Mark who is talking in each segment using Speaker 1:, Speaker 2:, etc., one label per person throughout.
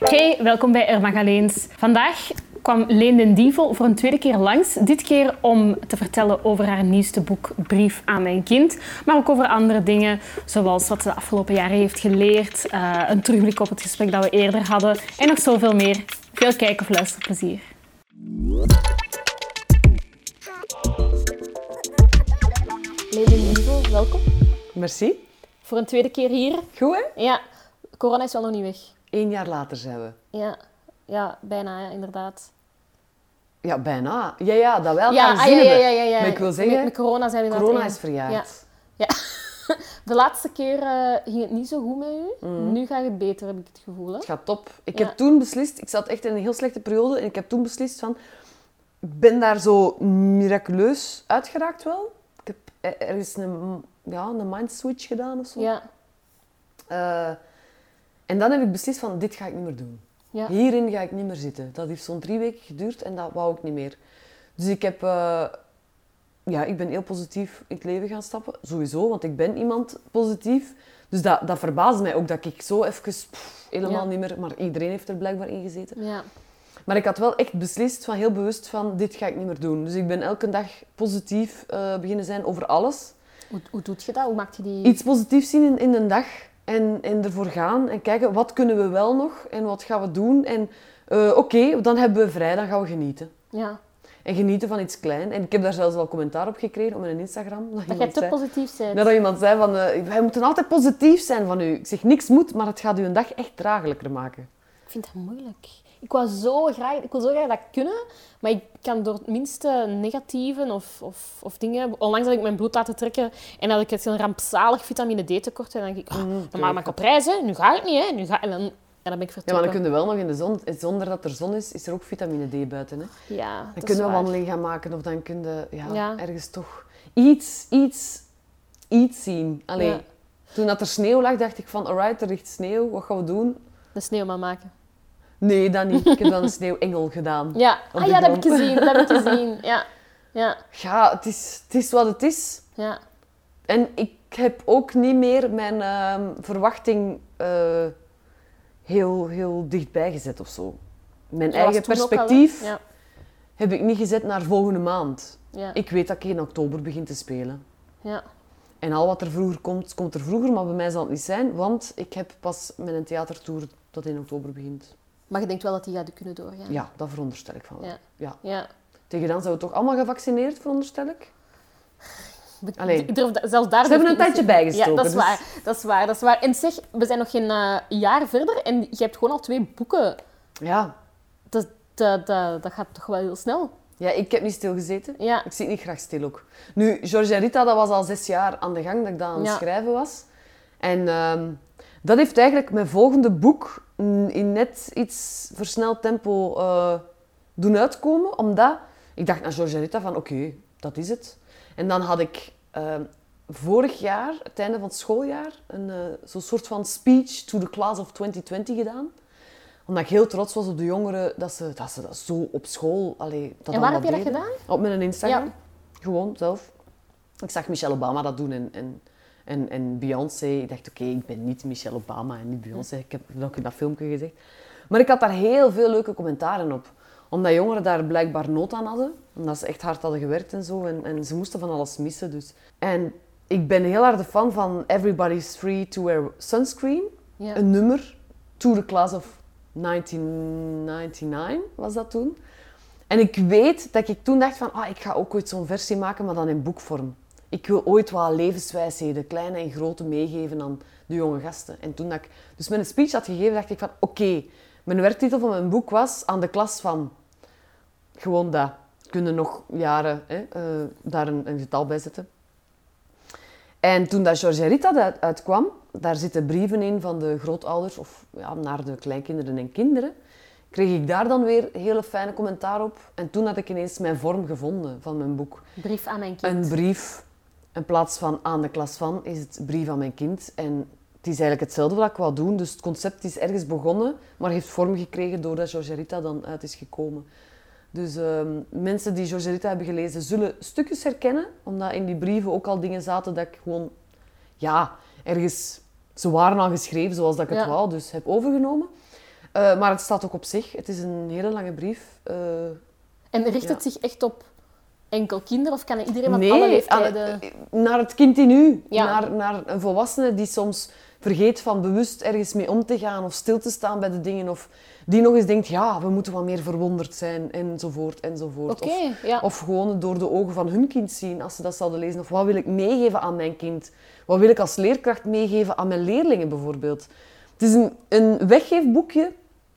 Speaker 1: Hey, welkom bij Ermagaleens. Vandaag kwam Leen den Dievel voor een tweede keer langs. Dit keer om te vertellen over haar nieuwste boek Brief aan mijn kind. Maar ook over andere dingen, zoals wat ze de afgelopen jaren heeft geleerd. Een terugblik op het gesprek dat we eerder hadden. En nog zoveel meer. Veel kijk- of luisterplezier. Leen den Dievel, welkom.
Speaker 2: Merci.
Speaker 1: Voor een tweede keer hier.
Speaker 2: Goed, hè?
Speaker 1: Ja, corona is wel nog niet weg.
Speaker 2: 1 jaar later zijn we.
Speaker 1: Ja, bijna, ja, inderdaad.
Speaker 2: Ja, bijna. Ja, dat wel.
Speaker 1: Ja,
Speaker 2: gaan zien we.
Speaker 1: ja.
Speaker 2: Maar ik wil zeggen,
Speaker 1: met corona zijn we
Speaker 2: corona
Speaker 1: inderdaad
Speaker 2: is verjaard.
Speaker 1: Ja. De laatste keer ging het niet zo goed met u. Nu gaat het beter, heb ik het gevoel. Hè?
Speaker 2: Het gaat top. Ik heb toen beslist, ik zat echt in een heel slechte periode en ik heb toen beslist van, ik ben daar zo miraculeus uitgeraakt wel. Ik heb ergens een mind switch gedaan of zo.
Speaker 1: Ja.
Speaker 2: En dan heb ik beslist van, dit ga ik niet meer doen.
Speaker 1: Ja.
Speaker 2: Hierin ga ik niet meer zitten. Dat heeft zo'n 3 weken geduurd en dat wou ik niet meer. Dus ik heb... ik ben heel positief in het leven gaan stappen. Sowieso, want ik ben iemand positief. Dus dat verbaasde mij ook dat ik zo even helemaal niet meer... Maar iedereen heeft er blijkbaar in gezeten.
Speaker 1: Ja.
Speaker 2: Maar ik had wel echt beslist, heel bewust van, dit ga ik niet meer doen. Dus ik ben elke dag positief beginnen zijn over alles.
Speaker 1: Hoe doet je dat? Hoe maak je die...
Speaker 2: Iets positiefs zien in een dag. En ervoor gaan en kijken, wat kunnen we wel nog en wat gaan we doen. En oké, dan hebben we vrij, dan gaan we genieten.
Speaker 1: Ja.
Speaker 2: En genieten van iets kleins. En ik heb daar zelfs wel commentaar op gekregen op mijn Instagram.
Speaker 1: Dat jij te positief bent.
Speaker 2: Dat iemand zei van, wij moeten altijd positief zijn van u. Ik zeg, niks moet, maar het gaat u een dag echt draaglijker maken.
Speaker 1: Ik vind dat moeilijk. Ik wil zo graag dat kunnen, maar ik kan door het minste negatieve of dingen... Onlangs had ik mijn bloed laten trekken en had ik het een rampzalig vitamine D tekort. En dan denk ik, dan maak ik op reis, hè. Nu gaat het niet, hè. Dan ben ik vertrokken.
Speaker 2: Ja, maar dan kun je wel nog in de zon. Zonder dat er zon is er ook vitamine D buiten. Hè.
Speaker 1: Ja,
Speaker 2: dan kun je een wandeling gaan maken of dan kun je ergens toch iets zien. Allee,
Speaker 1: Ja.
Speaker 2: Toen dat er sneeuw lag, dacht ik van, alright, er ligt sneeuw, wat gaan we doen?
Speaker 1: De sneeuwman maken.
Speaker 2: Nee, dat niet. Ik heb dan een sneeuwengel gedaan.
Speaker 1: Ja, dat heb ik gezien. Ja.
Speaker 2: Ja, het is wat het is.
Speaker 1: Ja.
Speaker 2: En ik heb ook niet meer mijn verwachting heel dichtbij gezet of zo. Mijn eigen perspectief heb ik niet gezet naar volgende maand.
Speaker 1: Ja.
Speaker 2: Ik weet dat ik in oktober begin te spelen.
Speaker 1: Ja.
Speaker 2: En al wat er vroeger komt, komt er vroeger, maar bij mij zal het niet zijn, want ik heb pas met een theatertour dat in oktober begint.
Speaker 1: Maar je denkt wel dat die gaat kunnen doorgaan?
Speaker 2: Ja, dat veronderstel ik van wel. Ja. Tegen dan zijn we toch allemaal gevaccineerd, veronderstel ik?
Speaker 1: Ik durf zelfs daar
Speaker 2: ze hebben een tijdje bijgestoken.
Speaker 1: Ja, dat is waar. En zeg, we zijn nog geen jaar verder en je hebt gewoon al 2 boeken.
Speaker 2: Ja.
Speaker 1: Dat gaat toch wel heel snel?
Speaker 2: Ja, ik heb niet stilgezeten.
Speaker 1: Ja.
Speaker 2: Ik zit niet graag stil ook. Nu, George en Rita, dat was al 6 jaar aan de gang dat ik dat aan het schrijven was. En dat heeft eigenlijk mijn volgende boek in net iets versneld tempo doen uitkomen. Omdat ik dacht naar George en Rita van oké, dat is het. En dan had ik vorig jaar, het einde van het schooljaar, zo'n soort van speech to the class of 2020 gedaan. Omdat ik heel trots was op de jongeren dat ze dat zo op school...
Speaker 1: En waar heb je dat gedaan?
Speaker 2: Op mijn Instagram.
Speaker 1: Ja.
Speaker 2: Gewoon, zelf. Ik zag Michelle Obama dat doen en Beyoncé. Ik dacht, oké, ik ben niet Michelle Obama en niet Beyoncé. Ik heb dat ook in dat filmpje gezegd. Maar ik had daar heel veel leuke commentaren op. Omdat jongeren daar blijkbaar nood aan hadden. Omdat ze echt hard hadden gewerkt en zo. En ze moesten van alles missen. Dus. En ik ben heel hard de fan van Everybody's Free to Wear Sunscreen.
Speaker 1: Ja.
Speaker 2: Een nummer. To the Class of 1999 was dat toen. En ik weet dat ik toen dacht van, ik ga ook ooit zo'n versie maken, maar dan in boekvorm. Ik wil ooit wat levenswijsheden, kleine en grote, meegeven aan de jonge gasten. En toen dat ik dus mijn speech had gegeven, dacht ik van, oké, mijn werktitel van mijn boek was aan de klas van... Gewoon dat. Kunnen nog jaren daar een getal bij zetten. En toen dat George en Rita uitkwam, daar zitten brieven in van de grootouders of naar de kleinkinderen en kinderen. Kreeg ik daar dan weer hele fijne commentaar op. En toen had ik ineens mijn vorm gevonden van mijn boek.
Speaker 1: Brief aan mijn kind.
Speaker 2: Een brief, in plaats van aan de klas van, is het brief aan mijn kind. En het is eigenlijk hetzelfde wat ik wou doen. Dus het concept is ergens begonnen, maar heeft vorm gekregen doordat George en Rita dan uit is gekomen. Dus mensen die George en Rita hebben gelezen, zullen stukjes herkennen. Omdat in die brieven ook al dingen zaten dat ik gewoon... Ja, ergens... Ze waren al geschreven zoals dat ik het wou, dus heb overgenomen. Maar het staat ook op zich. Het is een hele lange brief.
Speaker 1: En richt het zich echt op enkel kinderen of kan iedereen van
Speaker 2: Nee,
Speaker 1: alle leeftijden...
Speaker 2: naar het kind in u.
Speaker 1: Ja.
Speaker 2: Naar een volwassene die soms vergeet van bewust ergens mee om te gaan of stil te staan bij de dingen. Of die nog eens denkt, ja, we moeten wat meer verwonderd zijn, enzovoort, enzovoort.
Speaker 1: Oké, ja.
Speaker 2: Of gewoon door de ogen van hun kind zien, als ze dat zouden lezen. Of wat wil ik meegeven aan mijn kind? Wat wil ik als leerkracht meegeven aan mijn leerlingen, bijvoorbeeld? Het is een weggeefboekje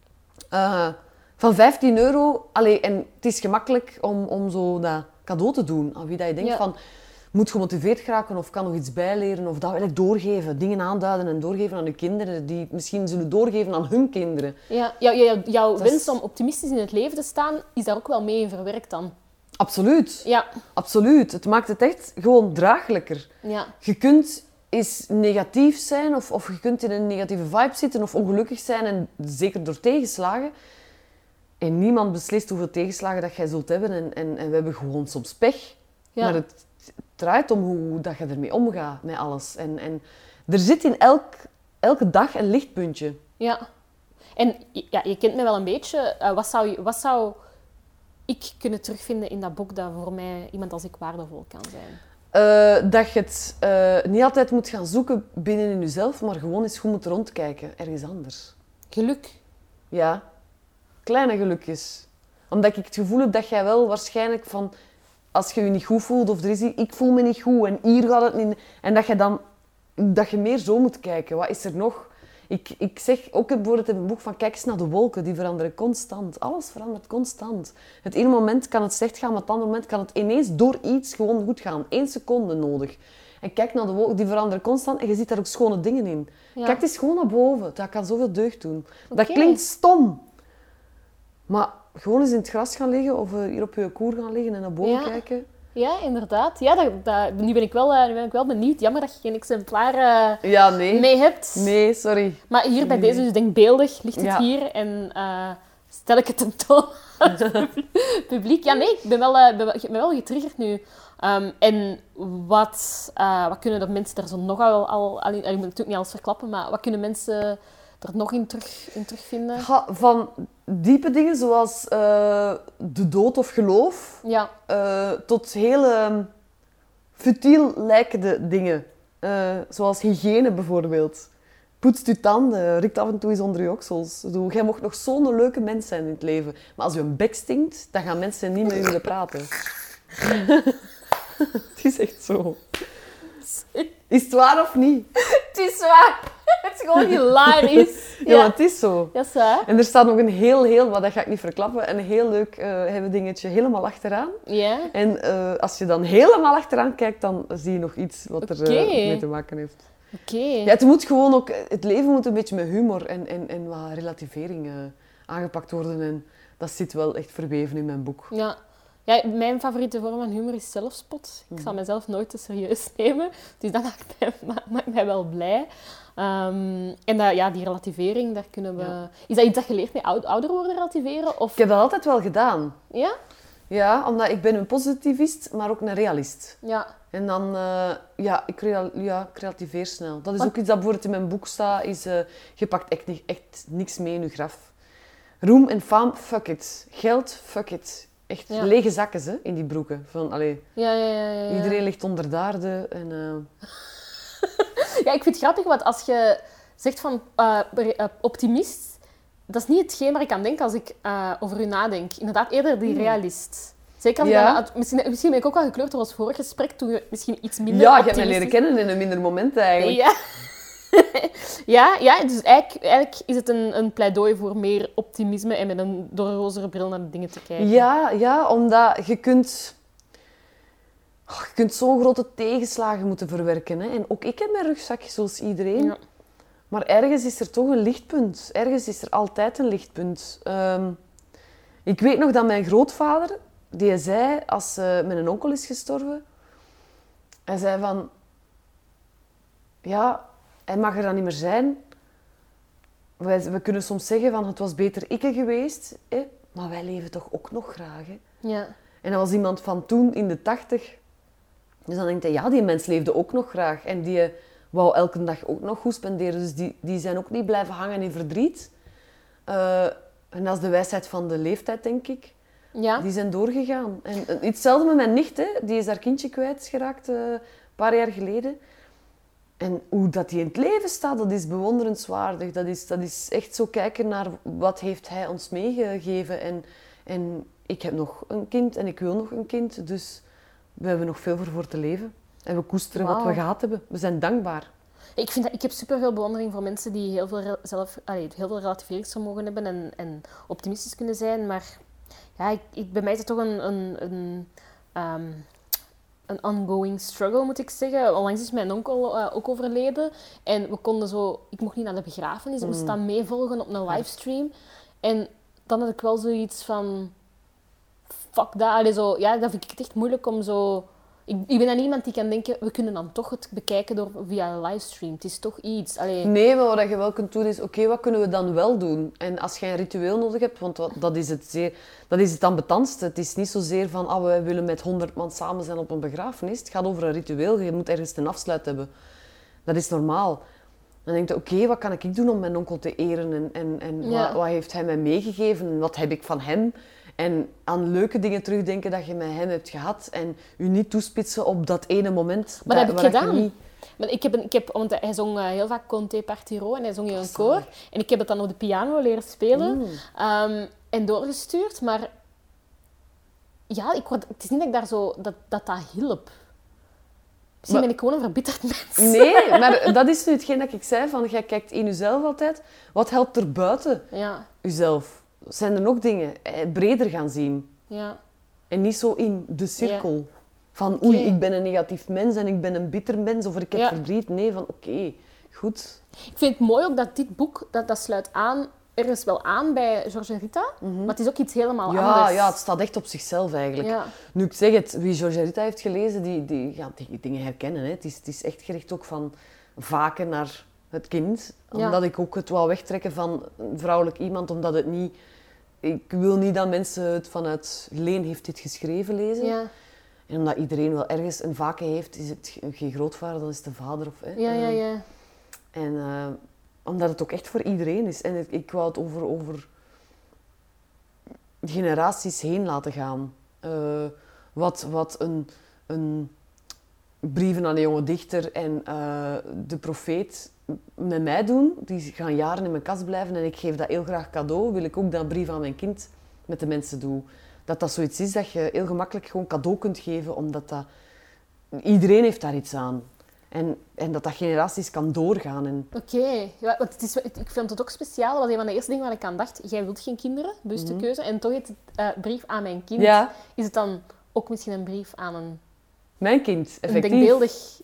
Speaker 2: van €15. Allee, en het is gemakkelijk om zo dat cadeau te doen aan wie dat je denkt van... Moet gemotiveerd geraken of kan nog iets bijleren of dat wil ik doorgeven. Dingen aanduiden en doorgeven aan je kinderen die het misschien zullen doorgeven aan hun kinderen.
Speaker 1: Ja, jouw wens om optimistisch in het leven te staan, is daar ook wel mee in verwerkt dan?
Speaker 2: Absoluut.
Speaker 1: Ja.
Speaker 2: Absoluut. Het maakt het echt gewoon draaglijker.
Speaker 1: Ja.
Speaker 2: Je kunt eens negatief zijn of je kunt in een negatieve vibe zitten of ongelukkig zijn en zeker door tegenslagen. En niemand beslist hoeveel tegenslagen dat jij zult hebben en we hebben gewoon soms pech.
Speaker 1: Ja.
Speaker 2: Maar het draait om hoe dat je ermee omgaat met alles. En er zit in elke dag een lichtpuntje.
Speaker 1: Ja. En ja, je kent mij wel een beetje. Wat zou ik kunnen terugvinden in dat boek dat voor mij iemand als ik waardevol kan zijn?
Speaker 2: Dat je het niet altijd moet gaan zoeken binnen in jezelf, maar gewoon eens goed moet rondkijken, ergens anders.
Speaker 1: Geluk.
Speaker 2: Ja, kleine gelukjes. Omdat ik het gevoel heb dat jij wel waarschijnlijk van... Als je je niet goed voelt of er is ik voel me niet goed en hier gaat het niet... En dat je meer zo moet kijken. Wat is er nog? Ik zeg ook bijvoorbeeld in mijn boek van kijk eens naar de wolken, die veranderen constant. Alles verandert constant. Het ene moment kan het slecht gaan, maar het andere moment kan het ineens door iets gewoon goed gaan. 1 seconde nodig. En kijk naar de wolken, die veranderen constant en je ziet daar ook schone dingen in.
Speaker 1: Ja.
Speaker 2: Kijk eens gewoon naar boven, dat kan zoveel deugd doen. Dat
Speaker 1: Oké.
Speaker 2: klinkt stom. Maar gewoon eens in het gras gaan liggen of hier op je koer gaan liggen en naar boven kijken.
Speaker 1: Ja, inderdaad. Ja, nu ben ik wel benieuwd. Jammer dat je geen exemplaar
Speaker 2: Ja, nee.
Speaker 1: mee hebt.
Speaker 2: Nee, sorry.
Speaker 1: Maar hier bij deze, dus denkbeeldig, ligt het
Speaker 2: Ja.
Speaker 1: hier. En stel ik het tentoon aan het publiek. Ja, nee, ik ben wel getriggerd nu. En wat kunnen de mensen er zo nog al ik moet natuurlijk niet alles verklappen, maar wat kunnen mensen er nog in terugvinden?
Speaker 2: Van diepe dingen zoals de dood of geloof,
Speaker 1: Ja.
Speaker 2: tot hele futiel lijkende dingen. Zoals hygiëne bijvoorbeeld. Poetst je tanden, rikt af en toe eens onder je oksels. Jij mocht nog zo'n leuke mens zijn in het leven. Maar als je een bek stinkt, dan gaan mensen niet met je willen praten. Het is echt zo. Is het waar of niet?
Speaker 1: Het is waar. Het is gewoon hilarisch.
Speaker 2: Ja, maar het is zo.
Speaker 1: Dat is waar.
Speaker 2: En er staat nog een heel, maar dat ga ik niet verklappen, een heel leuk dingetje helemaal achteraan.
Speaker 1: Ja.
Speaker 2: En als je dan helemaal achteraan kijkt, dan zie je nog iets wat er mee te maken heeft.
Speaker 1: Oké.
Speaker 2: Ja, het leven moet een beetje met humor en wat relativering aangepakt worden. En dat zit wel echt verweven in mijn boek.
Speaker 1: Ja. Ja, mijn favoriete vorm van humor is zelfspot. Ik zal mezelf nooit te serieus nemen. Dus dat maakt mij wel blij. En die relativering, daar kunnen we...
Speaker 2: Ja.
Speaker 1: Is dat iets dat je leert met ouder worden relativeren? Of...
Speaker 2: Ik heb dat altijd wel gedaan.
Speaker 1: Ja?
Speaker 2: Ja, omdat ik ben een positivist, maar ook een realist.
Speaker 1: Ja.
Speaker 2: En dan, ik relativeer snel. Dat is ook iets dat bijvoorbeeld in mijn boek staat, is je pakt echt niks mee in je graf. Roem en faam, fuck it. Geld, fuck it. Echt lege zakken hè, in die broeken. Van,
Speaker 1: Ja.
Speaker 2: Iedereen ligt onder de aarde. En,
Speaker 1: Ja, ik vind het grappig, want als je zegt van optimist, dat is niet hetgeen waar ik aan denk als ik over u nadenk. Inderdaad, eerder die realist. Zeker als misschien ben ik ook wel gekleurd door ons vorig gesprek, toen je misschien iets minder
Speaker 2: ja, je hebt mij leren kennen in een minder moment eigenlijk.
Speaker 1: Ja. ja, dus eigenlijk is het een pleidooi voor meer optimisme en met een door een rozere bril naar de dingen te kijken.
Speaker 2: Ja, omdat je kunt zo'n grote tegenslagen moeten verwerken. Hè. En ook ik heb mijn rugzakje, zoals iedereen.
Speaker 1: Ja.
Speaker 2: Maar ergens is er toch een lichtpunt. Ergens is er altijd een lichtpunt. Ik weet nog dat mijn grootvader, die zei, als mijn onkel is gestorven, hij zei van... Ja, hij mag er dan niet meer zijn. We kunnen soms zeggen van, het was beter ikke geweest, hè? Maar wij leven toch ook nog graag. Hè?
Speaker 1: Ja.
Speaker 2: En dat was iemand van toen, in de 80. Dus dan denkt hij, ja, die mens leefde ook nog graag. En die wou elke dag ook nog goed spenderen. Dus die zijn ook niet blijven hangen in verdriet. En dat is de wijsheid van de leeftijd, denk ik.
Speaker 1: Ja.
Speaker 2: Die zijn doorgegaan. En hetzelfde met mijn nicht, hè. Die is haar kindje kwijtgeraakt een paar jaar geleden. En hoe dat die in het leven staat, dat is bewonderenswaardig. Dat is echt zo kijken naar wat heeft hij ons meegegeven. En ik heb nog een kind en ik wil nog een kind. Dus we hebben nog veel voor te leven. En we koesteren wat we gehad hebben. We zijn dankbaar.
Speaker 1: Ik heb superveel bewondering voor mensen die heel veel relativeringsvermogen hebben en optimistisch kunnen zijn. Maar ja, bij mij is het toch een ongoing struggle, moet ik zeggen. Onlangs is mijn onkel ook overleden. En ik mocht niet naar de begrafenis. Ik moest dan meevolgen op een livestream. En dan had ik wel zoiets van... Fuck dat. Dat vind ik het echt moeilijk om zo... Ik ben dan iemand die kan denken, we kunnen dan toch het bekijken via een livestream. Het is toch iets.
Speaker 2: Nee, maar wat je wel kunt doen is, oké, wat kunnen we dan wel doen? En als je een ritueel nodig hebt, want dat is het ambetantste. Het is niet zozeer van, we willen met 100 man samen zijn op een begrafenis. Het gaat over een ritueel. Je moet ergens een afsluit hebben. Dat is normaal. Dan denk je, oké, wat kan ik doen om mijn onkel te eren? En wat heeft hij mij meegegeven? Wat heb ik van hem? En aan leuke dingen terugdenken dat je met hem hebt gehad. En je niet toespitsen op dat ene moment.
Speaker 1: Maar dat heb ik gedaan. Maar want hij zong heel vaak Conte Partiro en hij zong in een koor. En ik heb het dan op de piano leren spelen. En doorgestuurd. Maar ja, het is niet dat ik daar zo... Dat hielp. Misschien ben ik gewoon een verbitterd mens.
Speaker 2: Nee, maar dat is nu hetgeen dat ik zei. Van, jij kijkt in jezelf altijd. Wat helpt er buiten jezelf? Zijn er nog dingen breder gaan zien? Ja. En niet zo in de cirkel. Van oei, ik ben een negatief mens en ik ben een bitter mens. Of ik heb verdriet. Nee, van oké, goed.
Speaker 1: Ik vind het mooi ook dat dit boek, dat sluit ergens wel aan bij George en Rita. Maar het is ook iets helemaal anders.
Speaker 2: Ja, het staat echt op zichzelf eigenlijk. Ja. Nu, ik zeg het, wie George en Rita heeft gelezen, die gaat die dingen herkennen. Hè. Het is echt gericht ook van vaken naar het kind. Omdat ik ook het wou wegtrekken van een vrouwelijk iemand, omdat het niet... Ik wil niet dat mensen het vanuit Leen heeft dit geschreven lezen. Ja. En omdat iedereen wel ergens een vaken heeft, is het geen grootvader, dan is het de vader. Of,
Speaker 1: Ja.
Speaker 2: En omdat het ook echt voor iedereen is. En ik wou het over generaties heen laten gaan. Wat een brieven aan een jonge dichter en de profeet met mij doen. Die gaan jaren in mijn kast blijven en ik geef dat heel graag cadeau. Wil ik ook dat brief aan mijn kind met de mensen doen. Dat zoiets is dat je heel gemakkelijk gewoon cadeau kunt geven, omdat iedereen heeft daar iets aan. En dat generaties kan doorgaan.
Speaker 1: Oké. Ja, ik vind het ook speciaal. Dat was een van de eerste dingen waar ik aan dacht. Jij wilt geen kinderen, bewuste keuze. En toch heet het brief aan mijn kind. Ja. Is het dan ook misschien een brief aan een...
Speaker 2: Mijn kind, effectief.
Speaker 1: Een denkbeeldig...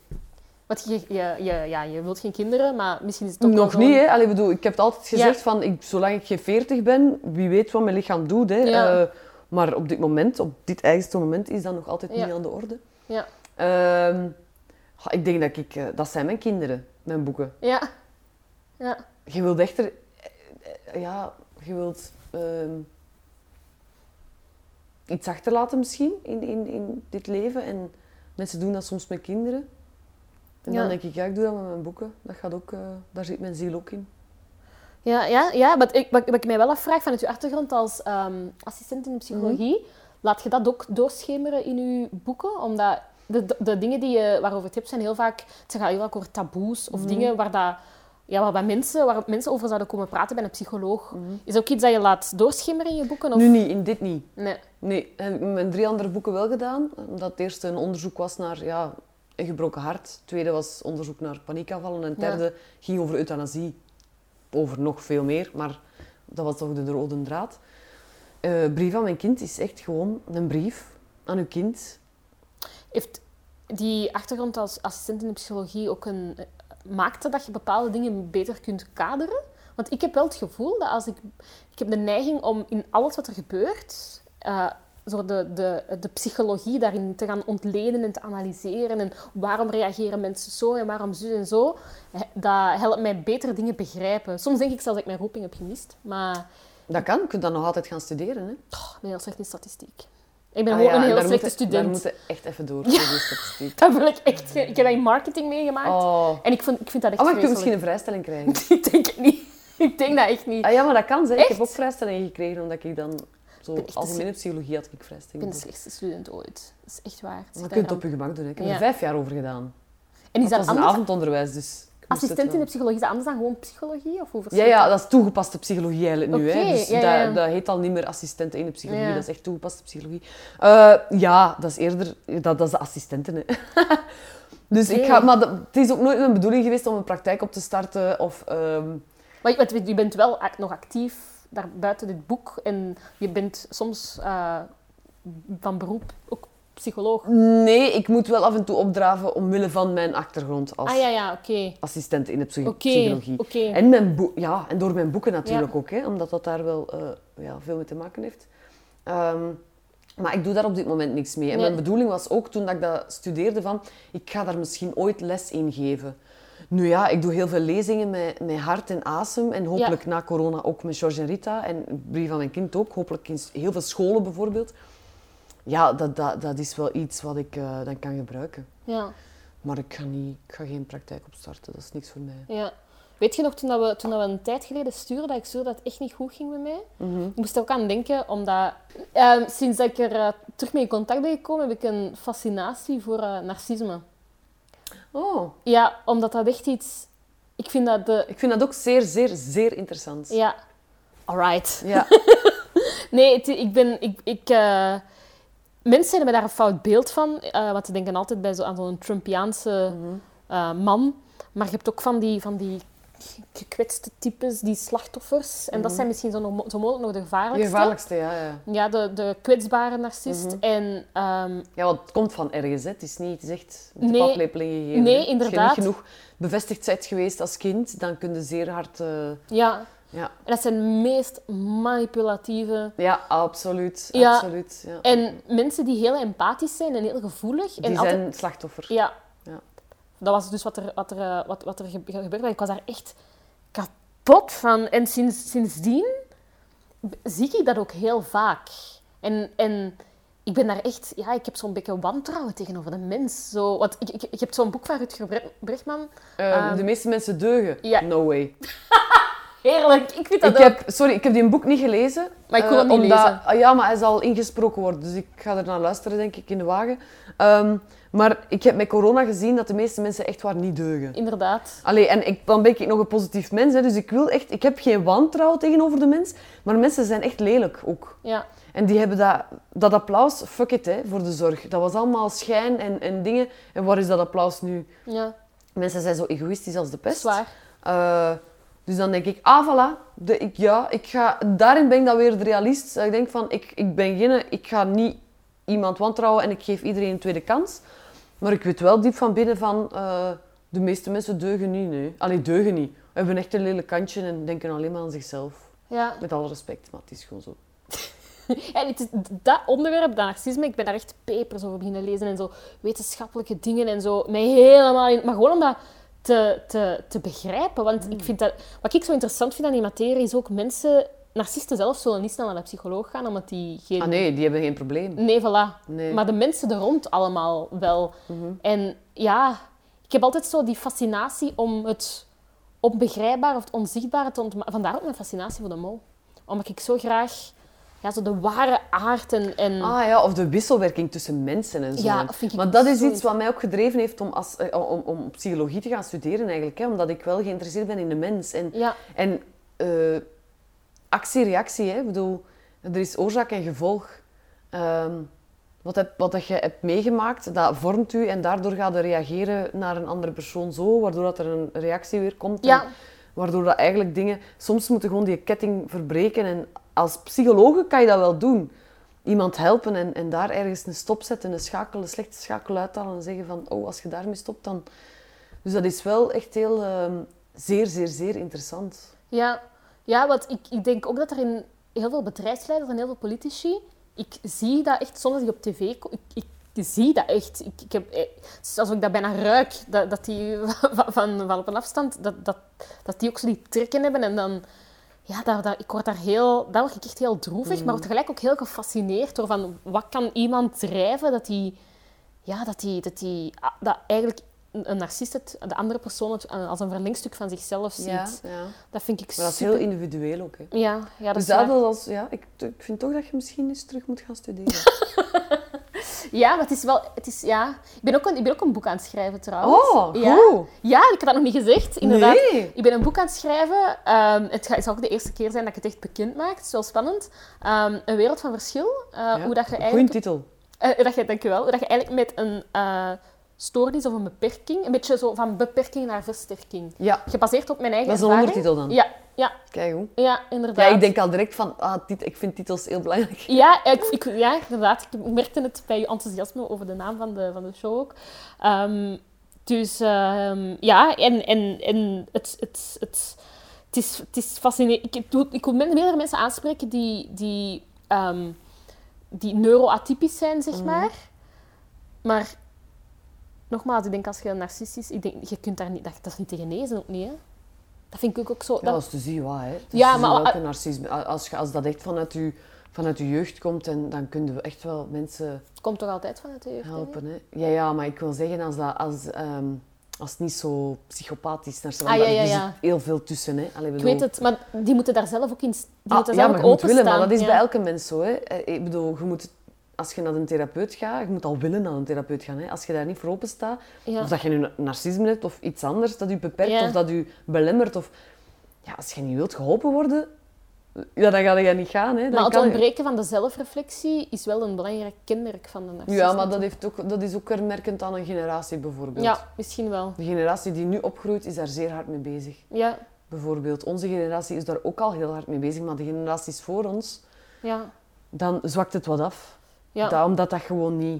Speaker 1: Je wilt geen kinderen, maar misschien is het toch
Speaker 2: nog wel niet, hè. Allee, bedoel, ik heb het altijd gezegd van, zolang ik geen 40 ben, wie weet wat mijn lichaam doet. Hè. Ja. Maar op dit moment, op dit eigenste moment, is dat nog altijd niet aan de orde. Ja. Ik denk dat zijn mijn kinderen, mijn boeken.
Speaker 1: Ja.
Speaker 2: Je wilt echter... je wilt iets achterlaten misschien in dit leven. En mensen doen dat soms met kinderen. En dan denk ik, ik doe dat met mijn boeken. Dat gaat ook, daar zit mijn ziel ook in.
Speaker 1: Ja. Wat ik mij wel afvraag vanuit je achtergrond als assistent in de psychologie, laat je dat ook doorschemeren in je boeken? Omdat de dingen waarover het hebt zijn heel vaak, het gaat heel vaak over taboes of dingen waar mensen over zouden komen praten bij een psycholoog. Is dat ook iets dat je laat doorschimmeren in je boeken? Of?
Speaker 2: Nu niet, in dit niet.
Speaker 1: Nee.
Speaker 2: Heb ik mijn 3 andere boeken wel gedaan. Omdat het eerste een onderzoek was naar een gebroken hart. Het tweede was onderzoek naar paniekaanvallen. En het derde ging over euthanasie. Over nog veel meer, maar dat was toch de rode draad. Brief aan mijn kind is echt gewoon een brief aan uw kind.
Speaker 1: Heeft die achtergrond als assistent in de psychologie ook maakte dat je bepaalde dingen beter kunt kaderen? Want ik heb wel het gevoel dat ik heb de neiging om in alles wat er gebeurt, de psychologie daarin te gaan ontleden en te analyseren. En waarom reageren mensen zo en waarom zo en zo. Dat helpt mij beter dingen begrijpen. Soms denk ik zelfs dat ik mijn roeping heb gemist. Maar...
Speaker 2: Dat kan, je kunt dat nog altijd gaan studeren. Hè?
Speaker 1: Ik ben heel slecht in statistiek. Ik ben gewoon een heel slechte student.
Speaker 2: Daar moet je echt even door, de statistiek.
Speaker 1: Dat wil ik echt. Ik heb dat in marketing meegemaakt. En ik vind dat echt
Speaker 2: maar je kunt misschien een vrijstelling krijgen.
Speaker 1: Ik denk het niet. Ik denk dat echt niet.
Speaker 2: Ah ja, maar dat kan, zeg. Ik
Speaker 1: Echt?
Speaker 2: heb ook vrijstellingen gekregen, omdat ik dan... Zo,
Speaker 1: ben echt
Speaker 2: algemene psychologie had ik
Speaker 1: Ik ben
Speaker 2: vrijstellingen.
Speaker 1: de slechtste student ooit. Dat is echt waar.
Speaker 2: Maar je kunt het op je gemak doen. Hè. Ik heb er 5 jaar over gedaan.
Speaker 1: En is
Speaker 2: Dat
Speaker 1: dat
Speaker 2: was een
Speaker 1: anders?
Speaker 2: avondonderwijs, dus... ik moest het
Speaker 1: Assistent in
Speaker 2: wel.
Speaker 1: de psychologie, is dat anders dan gewoon psychologie? Of hoe
Speaker 2: Ja,
Speaker 1: verschilt
Speaker 2: ja, dat is toegepaste psychologie eigenlijk nu.
Speaker 1: Oké,
Speaker 2: Hè. Dus
Speaker 1: ja.
Speaker 2: dat heet al niet meer assistenten in de psychologie,
Speaker 1: Ja.
Speaker 2: dat is echt toegepaste psychologie. Ja, dat is eerder... Dat is de assistenten, hè. Dus
Speaker 1: Oké.
Speaker 2: ik ga... Maar het is ook nooit mijn bedoeling geweest om een praktijk op te starten of...
Speaker 1: Maar je bent wel nog actief daar buiten dit boek en je bent soms van beroep ook psycholoog.
Speaker 2: Nee, ik moet wel af en toe opdraven omwille van mijn achtergrond als
Speaker 1: Oké.
Speaker 2: assistent in de
Speaker 1: Oké,
Speaker 2: psychologie.
Speaker 1: oké.
Speaker 2: En, en door mijn boeken natuurlijk ook, hè, omdat dat daar wel veel mee te maken heeft. Maar ik doe daar op dit moment niks mee. En
Speaker 1: Nee.
Speaker 2: mijn bedoeling was ook, toen ik dat studeerde, van ik ga daar misschien ooit les in geven. Nu ja, ik doe heel veel lezingen met Hart en Asem. En hopelijk na corona ook met George en Rita. En Brief van mijn kind ook. Hopelijk in heel veel scholen bijvoorbeeld. Ja, dat is wel iets wat ik dan kan gebruiken.
Speaker 1: Ja,
Speaker 2: Maar ik ga geen praktijk opstarten. Dat is niks voor mij.
Speaker 1: ja. Weet je nog, toen we een tijd geleden stuurden, dat ik stuurde dat het echt niet goed ging met mij? Ik moest er ook aan denken, omdat sinds dat ik er terug mee in contact ben gekomen, heb ik een fascinatie voor narcisme.
Speaker 2: Oh,
Speaker 1: Ja, omdat dat echt iets... Ik vind dat
Speaker 2: ik vind dat ook zeer, zeer, zeer interessant.
Speaker 1: Ja. Alright.
Speaker 2: Ja.
Speaker 1: Nee, mensen hebben daar een fout beeld van, want ze denken altijd aan zo'n Trumpiaanse man. Maar je hebt ook van die gekwetste types, die slachtoffers. En dat zijn misschien zo mogelijk nog de
Speaker 2: De
Speaker 1: gevaarlijkste.
Speaker 2: gevaarlijkste, ja.
Speaker 1: Ja, de kwetsbare narcist. En
Speaker 2: Ja, want het komt van ergens, hè. Het is echt met de
Speaker 1: Nee.
Speaker 2: paplepel ingegeven.
Speaker 1: Nee,
Speaker 2: hè. Als je
Speaker 1: inderdaad.
Speaker 2: niet genoeg bevestigd bent geweest als kind, dan kun je zeer hard...
Speaker 1: ja,
Speaker 2: Ja.
Speaker 1: en dat zijn de meest manipulatieve...
Speaker 2: Ja, absoluut.
Speaker 1: Ja.
Speaker 2: Absoluut. Ja.
Speaker 1: En mensen die heel empathisch zijn en heel gevoelig.
Speaker 2: Die
Speaker 1: en
Speaker 2: zijn slachtoffer.
Speaker 1: Ja.
Speaker 2: Ja.
Speaker 1: Dat was dus wat er gebeurde. Ik was daar echt kapot van. En sindsdien zie ik dat ook heel vaak. En ik ben daar echt... Ja, ik heb zo'n beetje wantrouwen tegenover de mens. Zo, want ik heb zo'n boek van Rutger Bregman.
Speaker 2: De meeste mensen deugen.
Speaker 1: Ja.
Speaker 2: No way.
Speaker 1: Heerlijk, ik vind dat ook.
Speaker 2: Ik heb die boek niet gelezen.
Speaker 1: Maar ik wil hem niet lezen.
Speaker 2: Ja, maar hij zal ingesproken worden. Dus ik ga er naar luisteren, denk ik, in de wagen. Maar ik heb met corona gezien dat de meeste mensen echt waar niet deugen.
Speaker 1: Inderdaad.
Speaker 2: Allee, en dan ben ik nog een positief mens. Hè, dus ik heb geen wantrouwen tegenover de mens. Maar mensen zijn echt lelijk ook.
Speaker 1: Ja.
Speaker 2: En die hebben dat applaus, fuck it, hè, voor de zorg. Dat was allemaal schijn en dingen. En waar is dat applaus nu?
Speaker 1: Ja,
Speaker 2: Mensen zijn zo egoïstisch als de pest.
Speaker 1: zwaar.
Speaker 2: Dus dan denk ik, voilà. Daarin ben ik dan weer de realist. Dat ik denk van, ik ga niet iemand wantrouwen en ik geef iedereen een tweede kans. Maar ik weet wel diep van binnen van, de meeste mensen deugen niet, nee. Allee, deugen niet. We hebben echt een lelijk kantje en denken alleen maar aan zichzelf.
Speaker 1: Ja.
Speaker 2: Met alle respect, maar het is gewoon zo.
Speaker 1: En het is dat onderwerp, dat narcisme, ik ben daar echt pepers over beginnen lezen en zo wetenschappelijke dingen en zo. Mij helemaal in... Maar gewoon om dat te begrijpen. Want ik vind dat... Wat ik zo interessant vind aan die materie is ook mensen... Narcisten zelf zullen niet snel naar de psycholoog gaan, omdat die geen...
Speaker 2: Ah nee, die hebben geen probleem.
Speaker 1: Nee, voilà.
Speaker 2: Nee.
Speaker 1: Maar de mensen er rond allemaal wel. En ja, ik heb altijd zo die fascinatie om het onbegrijpbare of het onzichtbare te ontmaken. Vandaar ook mijn fascinatie voor de mol. Omdat ik zo graag zo de ware aard en...
Speaker 2: Ah ja, of de wisselwerking tussen mensen en zo.
Speaker 1: Ja, vind ik
Speaker 2: maar dat is
Speaker 1: zo
Speaker 2: iets wat mij ook gedreven heeft om psychologie te gaan studeren eigenlijk. Hè, omdat ik wel geïnteresseerd ben in de mens. En actie-reactie, hè. Ik bedoel, er is oorzaak en gevolg. Wat je hebt meegemaakt, dat vormt u en daardoor gaat je reageren naar een andere persoon zo, waardoor dat er een reactie weer komt.
Speaker 1: Ja.
Speaker 2: En waardoor dat eigenlijk dingen... Soms moeten gewoon die ketting verbreken en als psycholoog kan je dat wel doen. Iemand helpen en daar ergens een stop zetten, een slechte schakel uithalen en zeggen van, oh, als je daarmee stopt, dan... Dus dat is wel echt heel, zeer, zeer, zeer interessant.
Speaker 1: Ja, want ik denk ook dat er in heel veel bedrijfsleiders en heel veel politici... Ik zie dat echt, soms als ik op tv kom, ik zie dat echt. Ik heb, als ik dat bijna ruik, dat die van op een afstand, dat die ook zo die trekken hebben en dan... Ja, ik word daar word ik echt heel droevig, maar tegelijk ook heel gefascineerd door van wat kan iemand drijven dat eigenlijk een narcist de andere persoon als een verlengstuk van zichzelf ziet.
Speaker 2: Ja.
Speaker 1: Dat vind ik
Speaker 2: Maar dat is heel individueel ook. Hè.
Speaker 1: Ja, dat
Speaker 2: dus
Speaker 1: is waar.
Speaker 2: ik vind toch dat je misschien eens terug moet gaan studeren.
Speaker 1: Ja, maar het is ja. Ik ben ook een boek aan het schrijven trouwens.
Speaker 2: Oh, goed.
Speaker 1: Ja, ik had dat nog niet gezegd. Inderdaad.
Speaker 2: Nee.
Speaker 1: Ik ben een boek aan het schrijven. Het zal ook de eerste keer zijn dat ik het echt bekend maak. Het is wel spannend. Een wereld van verschil. Hoe dat je eigenlijk...
Speaker 2: Goeie titel.
Speaker 1: Dankjewel. Hoe dat je eigenlijk met een stoornis of een beperking, een beetje zo van beperking naar versterking.
Speaker 2: Ja.
Speaker 1: Gebaseerd op mijn eigen
Speaker 2: Dat is een
Speaker 1: ervaring.
Speaker 2: ondertitel dan?
Speaker 1: Ja.
Speaker 2: Kijk hoe.
Speaker 1: Ja, inderdaad.
Speaker 2: Ja, ik denk al direct van, ik vind titels heel belangrijk.
Speaker 1: Ja, inderdaad. Ik merkte het bij je enthousiasme over de naam van de show ook. Het is fascinerend. Ik wil meerdere mensen aanspreken die neuroatypisch zijn, zeg maar. Maar nogmaals, ik denk als je een narcist is, je kunt daar niet, dat is niet te genezen ook niet, hè. Dat vind ik ook zo.
Speaker 2: Ja, dat is te zien wat, hè.
Speaker 1: Ja, maar
Speaker 2: welke narcisme. Als dat echt vanuit je jeugd komt, dan kunnen we echt wel mensen
Speaker 1: Het komt toch altijd vanuit de jeugd,
Speaker 2: helpen, hè. Ja, maar ik wil zeggen, als het niet zo psychopathisch naar
Speaker 1: ja.
Speaker 2: zit heel veel tussen, hè. Allee,
Speaker 1: Ik weet het, maar die moeten daar zelf ook in...
Speaker 2: maar je moet willen, maar dat is
Speaker 1: ja.
Speaker 2: bij elke mens zo, hè. Ik bedoel, als je naar een therapeut gaat, je moet al willen naar een therapeut gaan, hè. Als je daar niet voor open staat, of dat je nu narcisme hebt of iets anders dat je beperkt of dat je belemmert, of... Ja, als je niet wilt geholpen worden, dan ga je niet gaan, hè.
Speaker 1: Maar het ontbreken van de zelfreflectie is wel een belangrijk kenmerk van de narcist.
Speaker 2: Ja, maar dat is ook kenmerkend aan een generatie, bijvoorbeeld.
Speaker 1: Ja, misschien wel.
Speaker 2: De generatie die nu opgroeit, is daar zeer hard mee bezig.
Speaker 1: Ja.
Speaker 2: Bijvoorbeeld, onze generatie is daar ook al heel hard mee bezig, maar de generaties voor ons, dan zwakt het wat af.
Speaker 1: Ja.
Speaker 2: Omdat dat gewoon niet...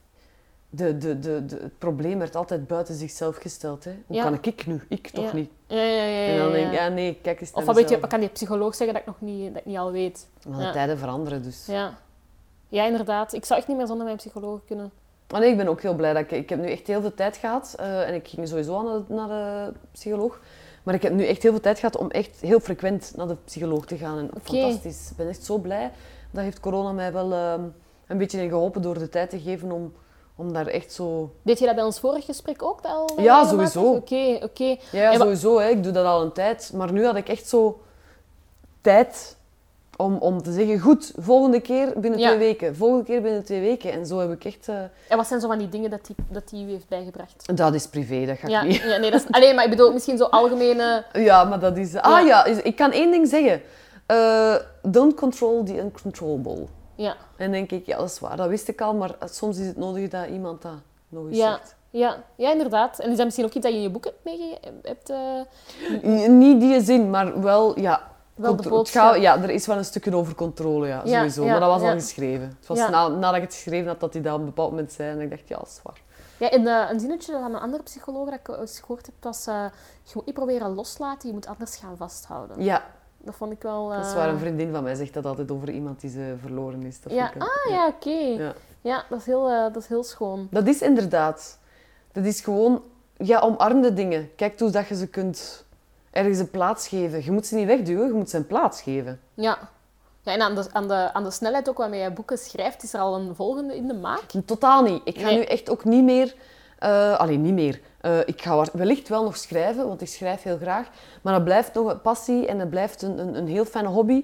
Speaker 2: Het probleem werd altijd buiten zichzelf gesteld. Hè. Hoe kan ik nu? Ik toch niet?
Speaker 1: Ja.
Speaker 2: En dan denk ik, nee, kijk eens naar
Speaker 1: Of wat kan die psycholoog zeggen dat ik niet al weet?
Speaker 2: Maar de tijden veranderen dus.
Speaker 1: Ja, inderdaad. Ik zou echt niet meer zonder mijn psycholoog kunnen.
Speaker 2: Maar nee, ik ben ook heel blij dat ik heb nu echt heel veel tijd gehad. En ik ging sowieso al naar de psycholoog. Maar ik heb nu echt heel veel tijd gehad om echt heel frequent naar de psycholoog te gaan. En fantastisch. Ik ben echt zo blij. Dat heeft corona mij wel een beetje in geholpen door de tijd te geven om daar echt zo...
Speaker 1: Deed je dat bij ons vorig gesprek ook?
Speaker 2: Ja, sowieso.
Speaker 1: Oké.
Speaker 2: Ja, sowieso. Hè. Ik doe dat al een tijd. Maar nu had ik echt zo tijd om te zeggen, goed, volgende keer binnen 2 weken. Volgende keer binnen 2 weken. En zo heb ik echt...
Speaker 1: En wat zijn zo van die dingen dat die u heeft bijgebracht?
Speaker 2: Dat is privé, dat ga ik niet.
Speaker 1: Ja, nee, dat is... Alleen, maar ik bedoel misschien zo algemene...
Speaker 2: Ja, maar dat is... Ik kan 1 ding zeggen. Don't control the uncontrollable.
Speaker 1: Ja.
Speaker 2: En dan denk ik, ja, dat is waar. Dat wist ik al, maar soms is het nodig dat iemand dat nog eens zegt.
Speaker 1: Ja, inderdaad. En is dat misschien ook iets dat je in je boek hebt
Speaker 2: Niet die zin, maar wel, ja...
Speaker 1: Wel de boodschap.
Speaker 2: Er is wel een stukje over controle, sowieso. Maar dat was al geschreven. Het was nadat ik het geschreven had, dat hij dat op een bepaald moment zei. En ik dacht, ja, dat is waar.
Speaker 1: Ja, en een zinnetje van een andere psycholoog dat ik eens gehoord heb, was... je moet niet proberen loslaten, je moet anders gaan vasthouden.
Speaker 2: Ja.
Speaker 1: Dat vond ik wel...
Speaker 2: Dat is waar een vriendin van mij zegt dat altijd over iemand die ze verloren is. Dat
Speaker 1: oké. Ja, dat is heel schoon.
Speaker 2: Dat is inderdaad. Dat is gewoon... Ja, omarm de dingen. Kijk toe dat je ze kunt ergens een plaats geven. Je moet ze niet wegduwen, je moet ze een plaats geven.
Speaker 1: Ja. Ja, en aan de snelheid ook waarmee je boeken schrijft, is er al een volgende in de maak?
Speaker 2: Totaal niet. Ik ga nu echt ook niet meer... niet meer. Ik ga wellicht wel nog schrijven, want ik schrijf heel graag. Maar dat blijft nog een passie en dat blijft een heel fijne hobby.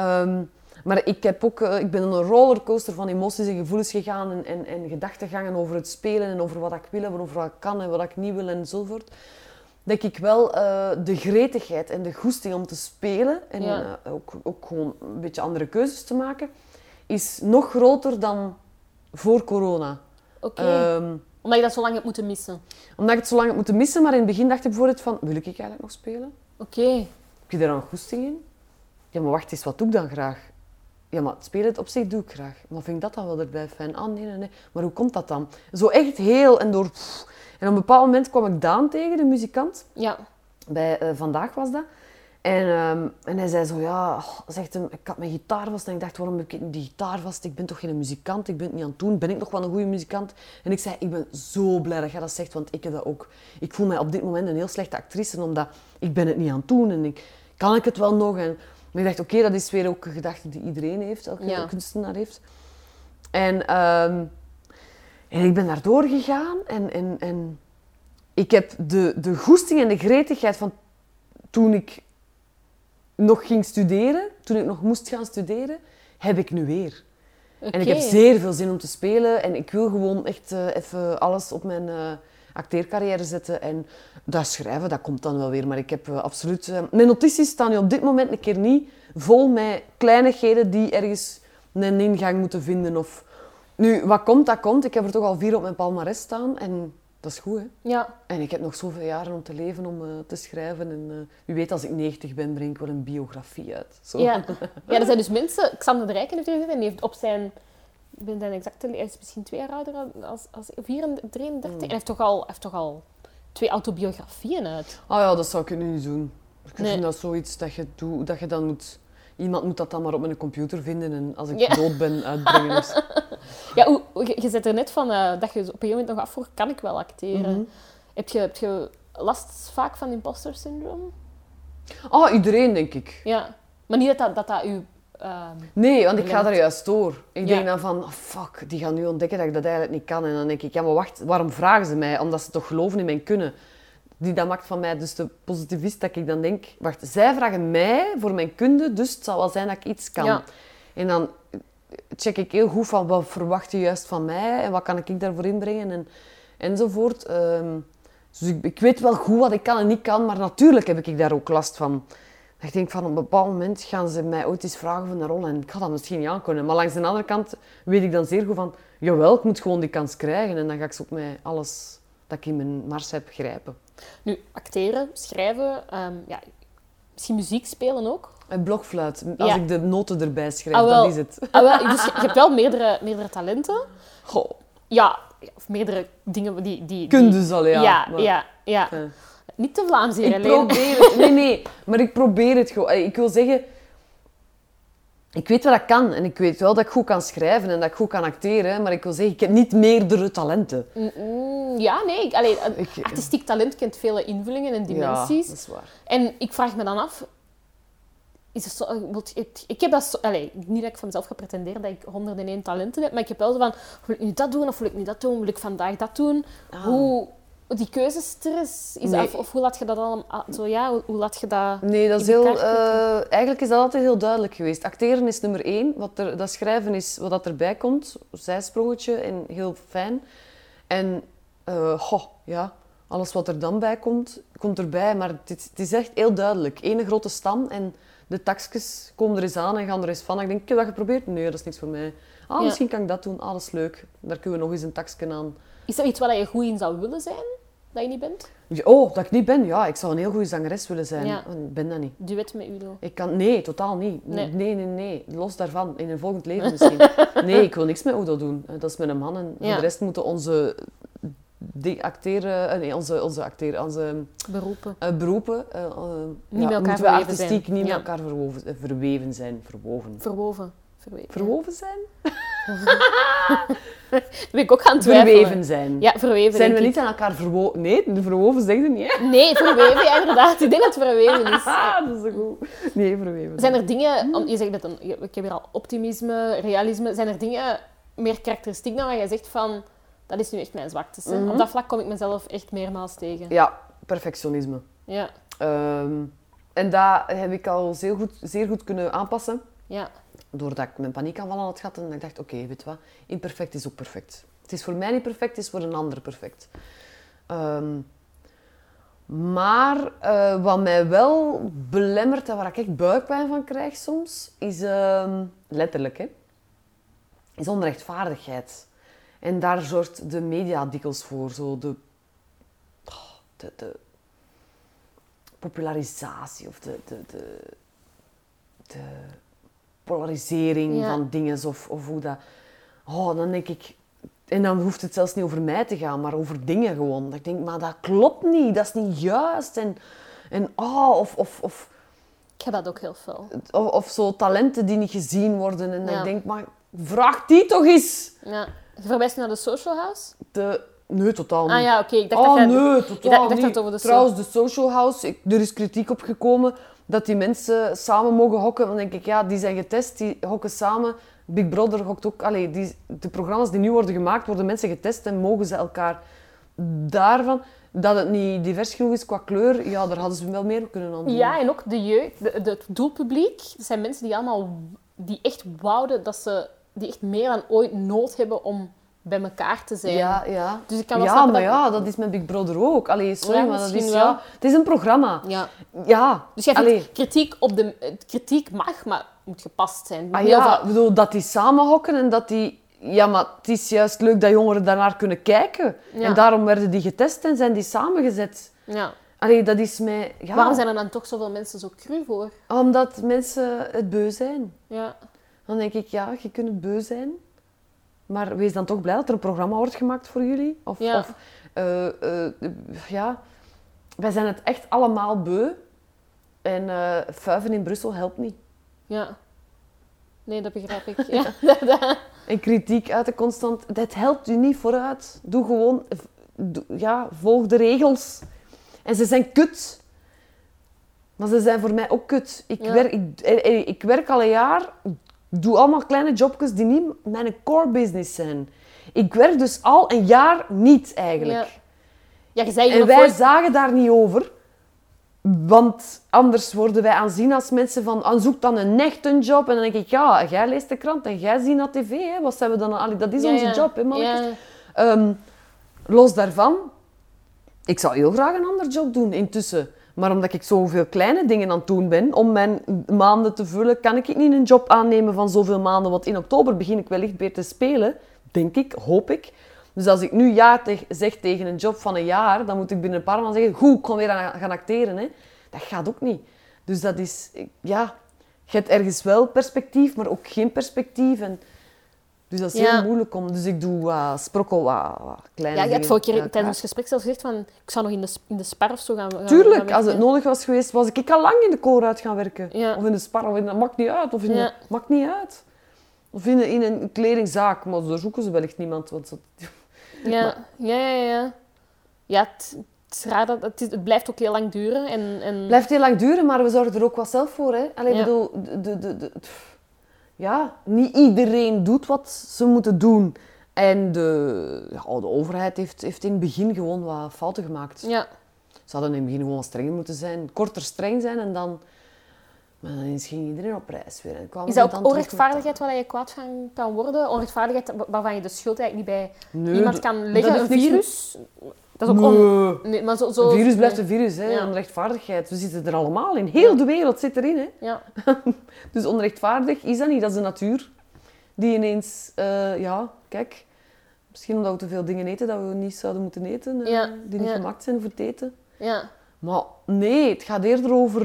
Speaker 2: Maar ik ben een rollercoaster van emoties en gevoelens gegaan en gedachtegangen over het spelen en over wat ik wil en over wat ik kan en wat ik niet wil enzovoort. Denk ik wel de gretigheid en de goesting om te spelen en ook gewoon een beetje andere keuzes te maken, is nog groter dan voor corona.
Speaker 1: Oké. Omdat je dat zo lang hebt moeten missen?
Speaker 2: Omdat ik het zo lang heb moeten missen, maar in het begin dacht ik bijvoorbeeld van, wil ik eigenlijk nog spelen?
Speaker 1: Oké.
Speaker 2: Heb je daar een goesting in? Ja, maar wacht eens, wat doe ik dan graag? Ja, maar het spelen op zich doe ik graag. Maar vind ik dat dan wel erbij fijn? Nee. Maar hoe komt dat dan? Zo echt heel en door... En op een bepaald moment kwam ik Daan tegen, de muzikant.
Speaker 1: Ja.
Speaker 2: Bij Vandaag was dat. En hij zei zo, zegt hem, ik had mijn gitaar vast. En ik dacht, waarom heb ik die gitaar vast? Ik ben toch geen muzikant? Ik ben het niet aan het doen. Ben ik nog wel een goede muzikant? En ik zei, ik ben zo blij dat jij dat zegt, want ik heb dat ook. Ik voel mij op dit moment een heel slechte actrice, omdat ik ben het niet aan het doen. En kan ik het wel nog? En ik dacht, oké, dat is weer ook een gedachte die iedereen heeft, elke kunstenaar heeft. En ik ben daar doorgegaan en ik heb de goesting en de gretigheid van toen ik nog ging studeren, toen ik nog moest gaan studeren, heb ik nu weer.
Speaker 1: Oké.
Speaker 2: En ik heb zeer veel zin om te spelen en ik wil gewoon echt even alles op mijn acteercarrière zetten. En dat schrijven, dat komt dan wel weer. Maar ik heb absoluut... mijn notities staan nu op dit moment een keer niet vol met kleinigheden die ergens een ingang moeten vinden. Of... Nu, wat komt, dat komt. Ik heb er toch al 4 op mijn palmarès staan en dat is goed, hè.
Speaker 1: Ja.
Speaker 2: En ik heb nog zoveel jaren om te leven, om te schrijven. En wie weet, als ik 90 ben, breng ik wel een biografie uit. Zo.
Speaker 1: Ja. Ja, er zijn dus mensen... Xander de Rijken heeft er gezeten en die heeft op zijn... Ik ben zijn exacte... Hij is misschien 2 jaar ouder als 33. En hij heeft toch al 2 autobiografieën uit.
Speaker 2: Ah ja, dat zou ik nu niet doen. Ik
Speaker 1: Nee.
Speaker 2: vind dat zoiets dat je doet, dat je dan moet... Iemand moet dat dan maar op mijn computer vinden en als ik
Speaker 1: Ja.
Speaker 2: dood ben, uitbrengen. Dus.
Speaker 1: Ja, je zet er net van dat je op een gegeven moment nog afvroeg, kan ik wel acteren?
Speaker 2: Mhm.
Speaker 1: Heb je last vaak van imposter syndroom?
Speaker 2: Ah, iedereen, denk ik.
Speaker 1: Ja. Maar niet dat u...
Speaker 2: Nee, want ik ga
Speaker 1: Belemmerd.
Speaker 2: daar juist door. Ik
Speaker 1: Ja.
Speaker 2: denk dan van, oh, fuck, die gaan nu ontdekken dat ik dat eigenlijk niet kan. En dan denk ik, ja, maar wacht, waarom vragen ze mij? Omdat ze toch geloven in mijn kunnen. Dat maakt van mij dus de positivist dat ik dan denk, wacht, zij vragen mij voor mijn kunde, dus het zal wel zijn dat ik iets kan.
Speaker 1: Ja.
Speaker 2: En dan check ik heel goed van, wat verwacht je juist van mij en wat kan ik daarvoor inbrengen enzovoort. Dus ik weet wel goed wat ik kan en niet kan, maar natuurlijk heb ik daar ook last van. Ik denk van, op een bepaald moment gaan ze mij ooit eens vragen voor een rol en ik ga dat misschien niet aankunnen. Maar langs de andere kant weet ik dan zeer goed van, jawel, ik moet gewoon die kans krijgen en dan ga ik ze op mij alles dat ik in mijn mars heb grijpen.
Speaker 1: Nu, acteren, schrijven, ja, misschien muziek spelen ook.
Speaker 2: Een blokfluit, als
Speaker 1: Ja.
Speaker 2: ik de noten erbij schrijf,
Speaker 1: Ah, wel.
Speaker 2: dat is het.
Speaker 1: Dus je hebt wel meerdere talenten.
Speaker 2: Goh,
Speaker 1: Ja, of meerdere dingen die...
Speaker 2: kun dus al, ja.
Speaker 1: Ja,
Speaker 2: maar-
Speaker 1: ja.
Speaker 2: Ja.
Speaker 1: Niet te Vlaams hier,
Speaker 2: Ik
Speaker 1: alleen.
Speaker 2: probeer het. Nee, maar ik probeer het gewoon. Ik wil zeggen, ik weet wat ik kan en ik weet wel dat ik goed kan schrijven en dat ik goed kan acteren, maar ik wil zeggen, ik heb niet meerdere talenten.
Speaker 1: Ja, nee. Artistiek talent kent vele invullingen en dimensies.
Speaker 2: Ja, dat is waar.
Speaker 1: En ik vraag me dan af... Is het zo, ik heb dat zo... Niet dat ik van mezelf ga pretenderen dat ik 101 talenten heb, maar ik heb wel zo van... Wil ik nu dat doen of wil ik nu dat doen? Wil ik vandaag dat doen? Hoe... Die keuzestress,
Speaker 2: Nee.
Speaker 1: of hoe laat je dat allemaal... Zo, ja, hoe laat je dat...
Speaker 2: Nee, dat is
Speaker 1: in
Speaker 2: heel,
Speaker 1: elkaar zitten?
Speaker 2: eigenlijk is dat altijd heel duidelijk geweest. Acteren is nummer 1. Dat schrijven is wat dat erbij komt. Zijsprongetje en heel fijn. En ja, alles wat er dan bij komt, komt erbij. Maar het is echt heel duidelijk. Eén grote stam en de takjes komen er eens aan en gaan er eens van. Ik denk, ik heb dat geprobeerd? Nee, dat is niks voor mij.
Speaker 1: Ja.
Speaker 2: Misschien kan ik dat doen. Dat is leuk. Daar kunnen we nog eens een takje aan.
Speaker 1: Is er iets waar je goed in zou willen zijn, dat je niet bent?
Speaker 2: Oh, dat ik niet ben? Ja, ik zou een heel goede zangeres willen zijn.
Speaker 1: Ja.
Speaker 2: Ik ben dat niet.
Speaker 1: Duet met Udo.
Speaker 2: Ik kan... Nee, totaal niet.
Speaker 1: Nee.
Speaker 2: Nee. Los daarvan. In een volgend leven misschien. Nee, ik wil niks met Udo doen. Dat is met een man. En
Speaker 1: Ja.
Speaker 2: voor de rest moeten onze
Speaker 1: Beroepen.
Speaker 2: beroepen
Speaker 1: Niet met elkaar
Speaker 2: moeten we
Speaker 1: verweven
Speaker 2: artistiek
Speaker 1: zijn.
Speaker 2: niet
Speaker 1: Ja.
Speaker 2: met elkaar verweven zijn. Verwoven.
Speaker 1: Verweven.
Speaker 2: Verwoven zijn?
Speaker 1: Dat ben ik ook gaan twijfelen.
Speaker 2: Verweven zijn.
Speaker 1: Ja, verweven.
Speaker 2: Zijn we
Speaker 1: denk ik.
Speaker 2: niet aan elkaar verwoven? Nee, de verwoven zeg je niet, hè?
Speaker 1: Nee, verweven, ja, inderdaad. Ik denk dat het verweven is.
Speaker 2: Ah, dat is zo goed. Nee, verweven.
Speaker 1: Zijn er dingen... Je zegt dat ik heb hier al optimisme, realisme. Zijn er dingen meer karakteristiek dan waar je zegt van... Dat is nu echt mijn zwaktes. Hè? Op dat vlak kom ik mezelf echt meermaals tegen.
Speaker 2: Ja, perfectionisme.
Speaker 1: Ja.
Speaker 2: En dat heb ik al zeer goed kunnen aanpassen.
Speaker 1: Ja.
Speaker 2: Doordat ik mijn paniekaanval had gehad en ik dacht, oké, weet je wat, imperfect is ook perfect. Het is voor mij niet perfect, het is voor een ander perfect. Maar wat mij wel belemmert en waar ik echt buikpijn van krijg soms, is letterlijk, hè, is onrechtvaardigheid. En daar zorgt de media dikwijls voor, zo de popularisatie of de polarisering
Speaker 1: Ja.
Speaker 2: van dingen of hoe dat... Oh, dan denk ik... En dan hoeft het zelfs niet over mij te gaan, maar over dingen gewoon. Dat ik denk, maar dat klopt niet, dat is niet juist. Of
Speaker 1: Ik heb dat ook heel veel.
Speaker 2: zo talenten die niet gezien worden. En dan
Speaker 1: Ja.
Speaker 2: denk ik, maar vraag die toch eens.
Speaker 1: Ja. Je verwijst naar de Social House?
Speaker 2: Nee, totaal niet.
Speaker 1: Ah ja, oké. Ik dacht dat jij...
Speaker 2: Nee, totaal
Speaker 1: ik dacht
Speaker 2: niet.
Speaker 1: dat het over de
Speaker 2: Trouwens, de Social House, er is kritiek op gekomen dat die mensen samen mogen hokken. Dan denk ik, ja, die zijn getest, die hokken samen. Big Brother hokt ook... Allee, de programma's die nu worden gemaakt, worden mensen getest en mogen ze elkaar daarvan... Dat het niet divers genoeg is qua kleur, ja, daar hadden ze wel meer kunnen aan doen.
Speaker 1: Ja, en ook de jeugd, het doelpubliek, dat zijn mensen die echt wouden die echt meer dan ooit nood hebben om bij elkaar te zijn.
Speaker 2: Ja, ja.
Speaker 1: Dus ik kan wel
Speaker 2: ja,
Speaker 1: snappen
Speaker 2: maar
Speaker 1: dat...
Speaker 2: ja, dat is met Big Brother ook. Allee, sorry,
Speaker 1: Ja,
Speaker 2: maar dat is...
Speaker 1: misschien wel.
Speaker 2: Ja, het is een programma.
Speaker 1: Ja.
Speaker 2: Ja.
Speaker 1: Dus jij
Speaker 2: allee.
Speaker 1: vindt kritiek mag, maar moet gepast zijn.
Speaker 2: Ah
Speaker 1: Heel
Speaker 2: ja,
Speaker 1: veel-
Speaker 2: ik bedoel, dat die samenhokken en dat die... Ja, maar het is juist leuk dat jongeren daarnaar kunnen kijken.
Speaker 1: Ja.
Speaker 2: En daarom werden die getest en zijn die samengezet.
Speaker 1: Ja.
Speaker 2: Allee, dat is mij... Ja,
Speaker 1: Waarom zijn er dan toch zoveel mensen zo cru voor?
Speaker 2: omdat mensen het beu zijn.
Speaker 1: Ja.
Speaker 2: Dan denk ik, ja, je kunt het beu zijn. Maar wees dan toch blij dat er een programma wordt gemaakt voor jullie.
Speaker 1: Ja.
Speaker 2: Ja, wij zijn het echt allemaal beu. En fuiven in Brussel helpt niet.
Speaker 1: Ja. Nee, dat begrijp ik. Ja.
Speaker 2: En kritiek uiten constant, dat helpt u niet vooruit. Doe gewoon, volg de regels. En ze zijn kut. Maar ze zijn voor mij ook kut.
Speaker 1: Ja.
Speaker 2: Ik werk al een jaar, doe allemaal kleine jobjes die niet mijn core business zijn. Ik werk dus al een jaar niet eigenlijk.
Speaker 1: Ja. Ja, je zei hier
Speaker 2: En
Speaker 1: nog
Speaker 2: wij
Speaker 1: voor...
Speaker 2: zagen daar niet over. Want anders worden wij aanzien als mensen van... zoek dan een echte job. En dan denk ik, ja, jij leest de krant en jij ziet naar tv. Hè. Wat zijn we dan... Allee, dat is
Speaker 1: Ja,
Speaker 2: onze
Speaker 1: ja.
Speaker 2: job, hè, mannetjes.
Speaker 1: Ja.
Speaker 2: Los daarvan... Ik zou heel graag een ander job doen, intussen. Maar omdat ik zoveel kleine dingen aan het doen ben, om mijn maanden te vullen, kan ik niet een job aannemen van zoveel maanden. Want in oktober begin ik wellicht weer te spelen. Denk ik, hoop ik. Dus als ik nu ja zeg tegen een job van een jaar, dan moet ik binnen een paar maanden zeggen, goed, ik kan weer gaan acteren. Hè. Dat gaat ook niet. Dus dat is, ja, je hebt ergens wel perspectief, maar ook geen perspectief. En, dus dat is
Speaker 1: Ja.
Speaker 2: heel moeilijk om. Dus ik doe sprokkel, wat kleine
Speaker 1: Ja, je
Speaker 2: dingen.
Speaker 1: hebt vorige keer
Speaker 2: bij
Speaker 1: tijdens
Speaker 2: elkaar.
Speaker 1: ons gesprek zelfs gezegd van... Ik zou nog in de spar of zo gaan
Speaker 2: Tuurlijk, als het
Speaker 1: werken.
Speaker 2: nodig was geweest, was ik al lang in de koolruit gaan werken.
Speaker 1: Ja.
Speaker 2: Of in de spar, of in, dat maakt niet uit. Of in
Speaker 1: Ja.
Speaker 2: maakt niet uit. Of in een kledingzaak, maar daar zoeken ze wellicht niemand. Want
Speaker 1: Ja, ja. Ja, het is raar dat... Het blijft ook heel lang duren.
Speaker 2: Het blijft heel lang duren, maar we zorgen er ook wel zelf voor. Hè? Allee,
Speaker 1: Ja.
Speaker 2: bedoel, ja, niet iedereen doet wat ze moeten doen. En de overheid heeft in het begin gewoon wat fouten gemaakt.
Speaker 1: Ja.
Speaker 2: Ze hadden in het begin gewoon wat strenger moeten zijn. Korter streng zijn en dan... Maar dan ging iedereen op reis weer. En kwamen
Speaker 1: Is
Speaker 2: ze
Speaker 1: dat
Speaker 2: dan
Speaker 1: ook
Speaker 2: terug
Speaker 1: onrechtvaardigheid waar je kwaad van kan worden? Onrechtvaardigheid waarvan je de schuld eigenlijk niet bij
Speaker 2: Nee,
Speaker 1: iemand kan leggen?
Speaker 2: dat
Speaker 1: Een
Speaker 2: heeft niks
Speaker 1: virus? Dat is ook
Speaker 2: Nee.
Speaker 1: Nee, maar zo...
Speaker 2: Een virus blijft
Speaker 1: nee.
Speaker 2: een virus, hè.
Speaker 1: Ja.
Speaker 2: Onrechtvaardigheid. We zitten er allemaal in. Heel de wereld zit erin, hè.
Speaker 1: Ja.
Speaker 2: Dus onrechtvaardig is dat niet. Dat is de natuur. Die ineens... kijk... Misschien omdat we te veel dingen eten dat we niet zouden moeten eten.
Speaker 1: Ja,
Speaker 2: Die niet
Speaker 1: ja.
Speaker 2: gemaakt zijn voor het eten.
Speaker 1: Ja.
Speaker 2: Maar nee, het gaat eerder over...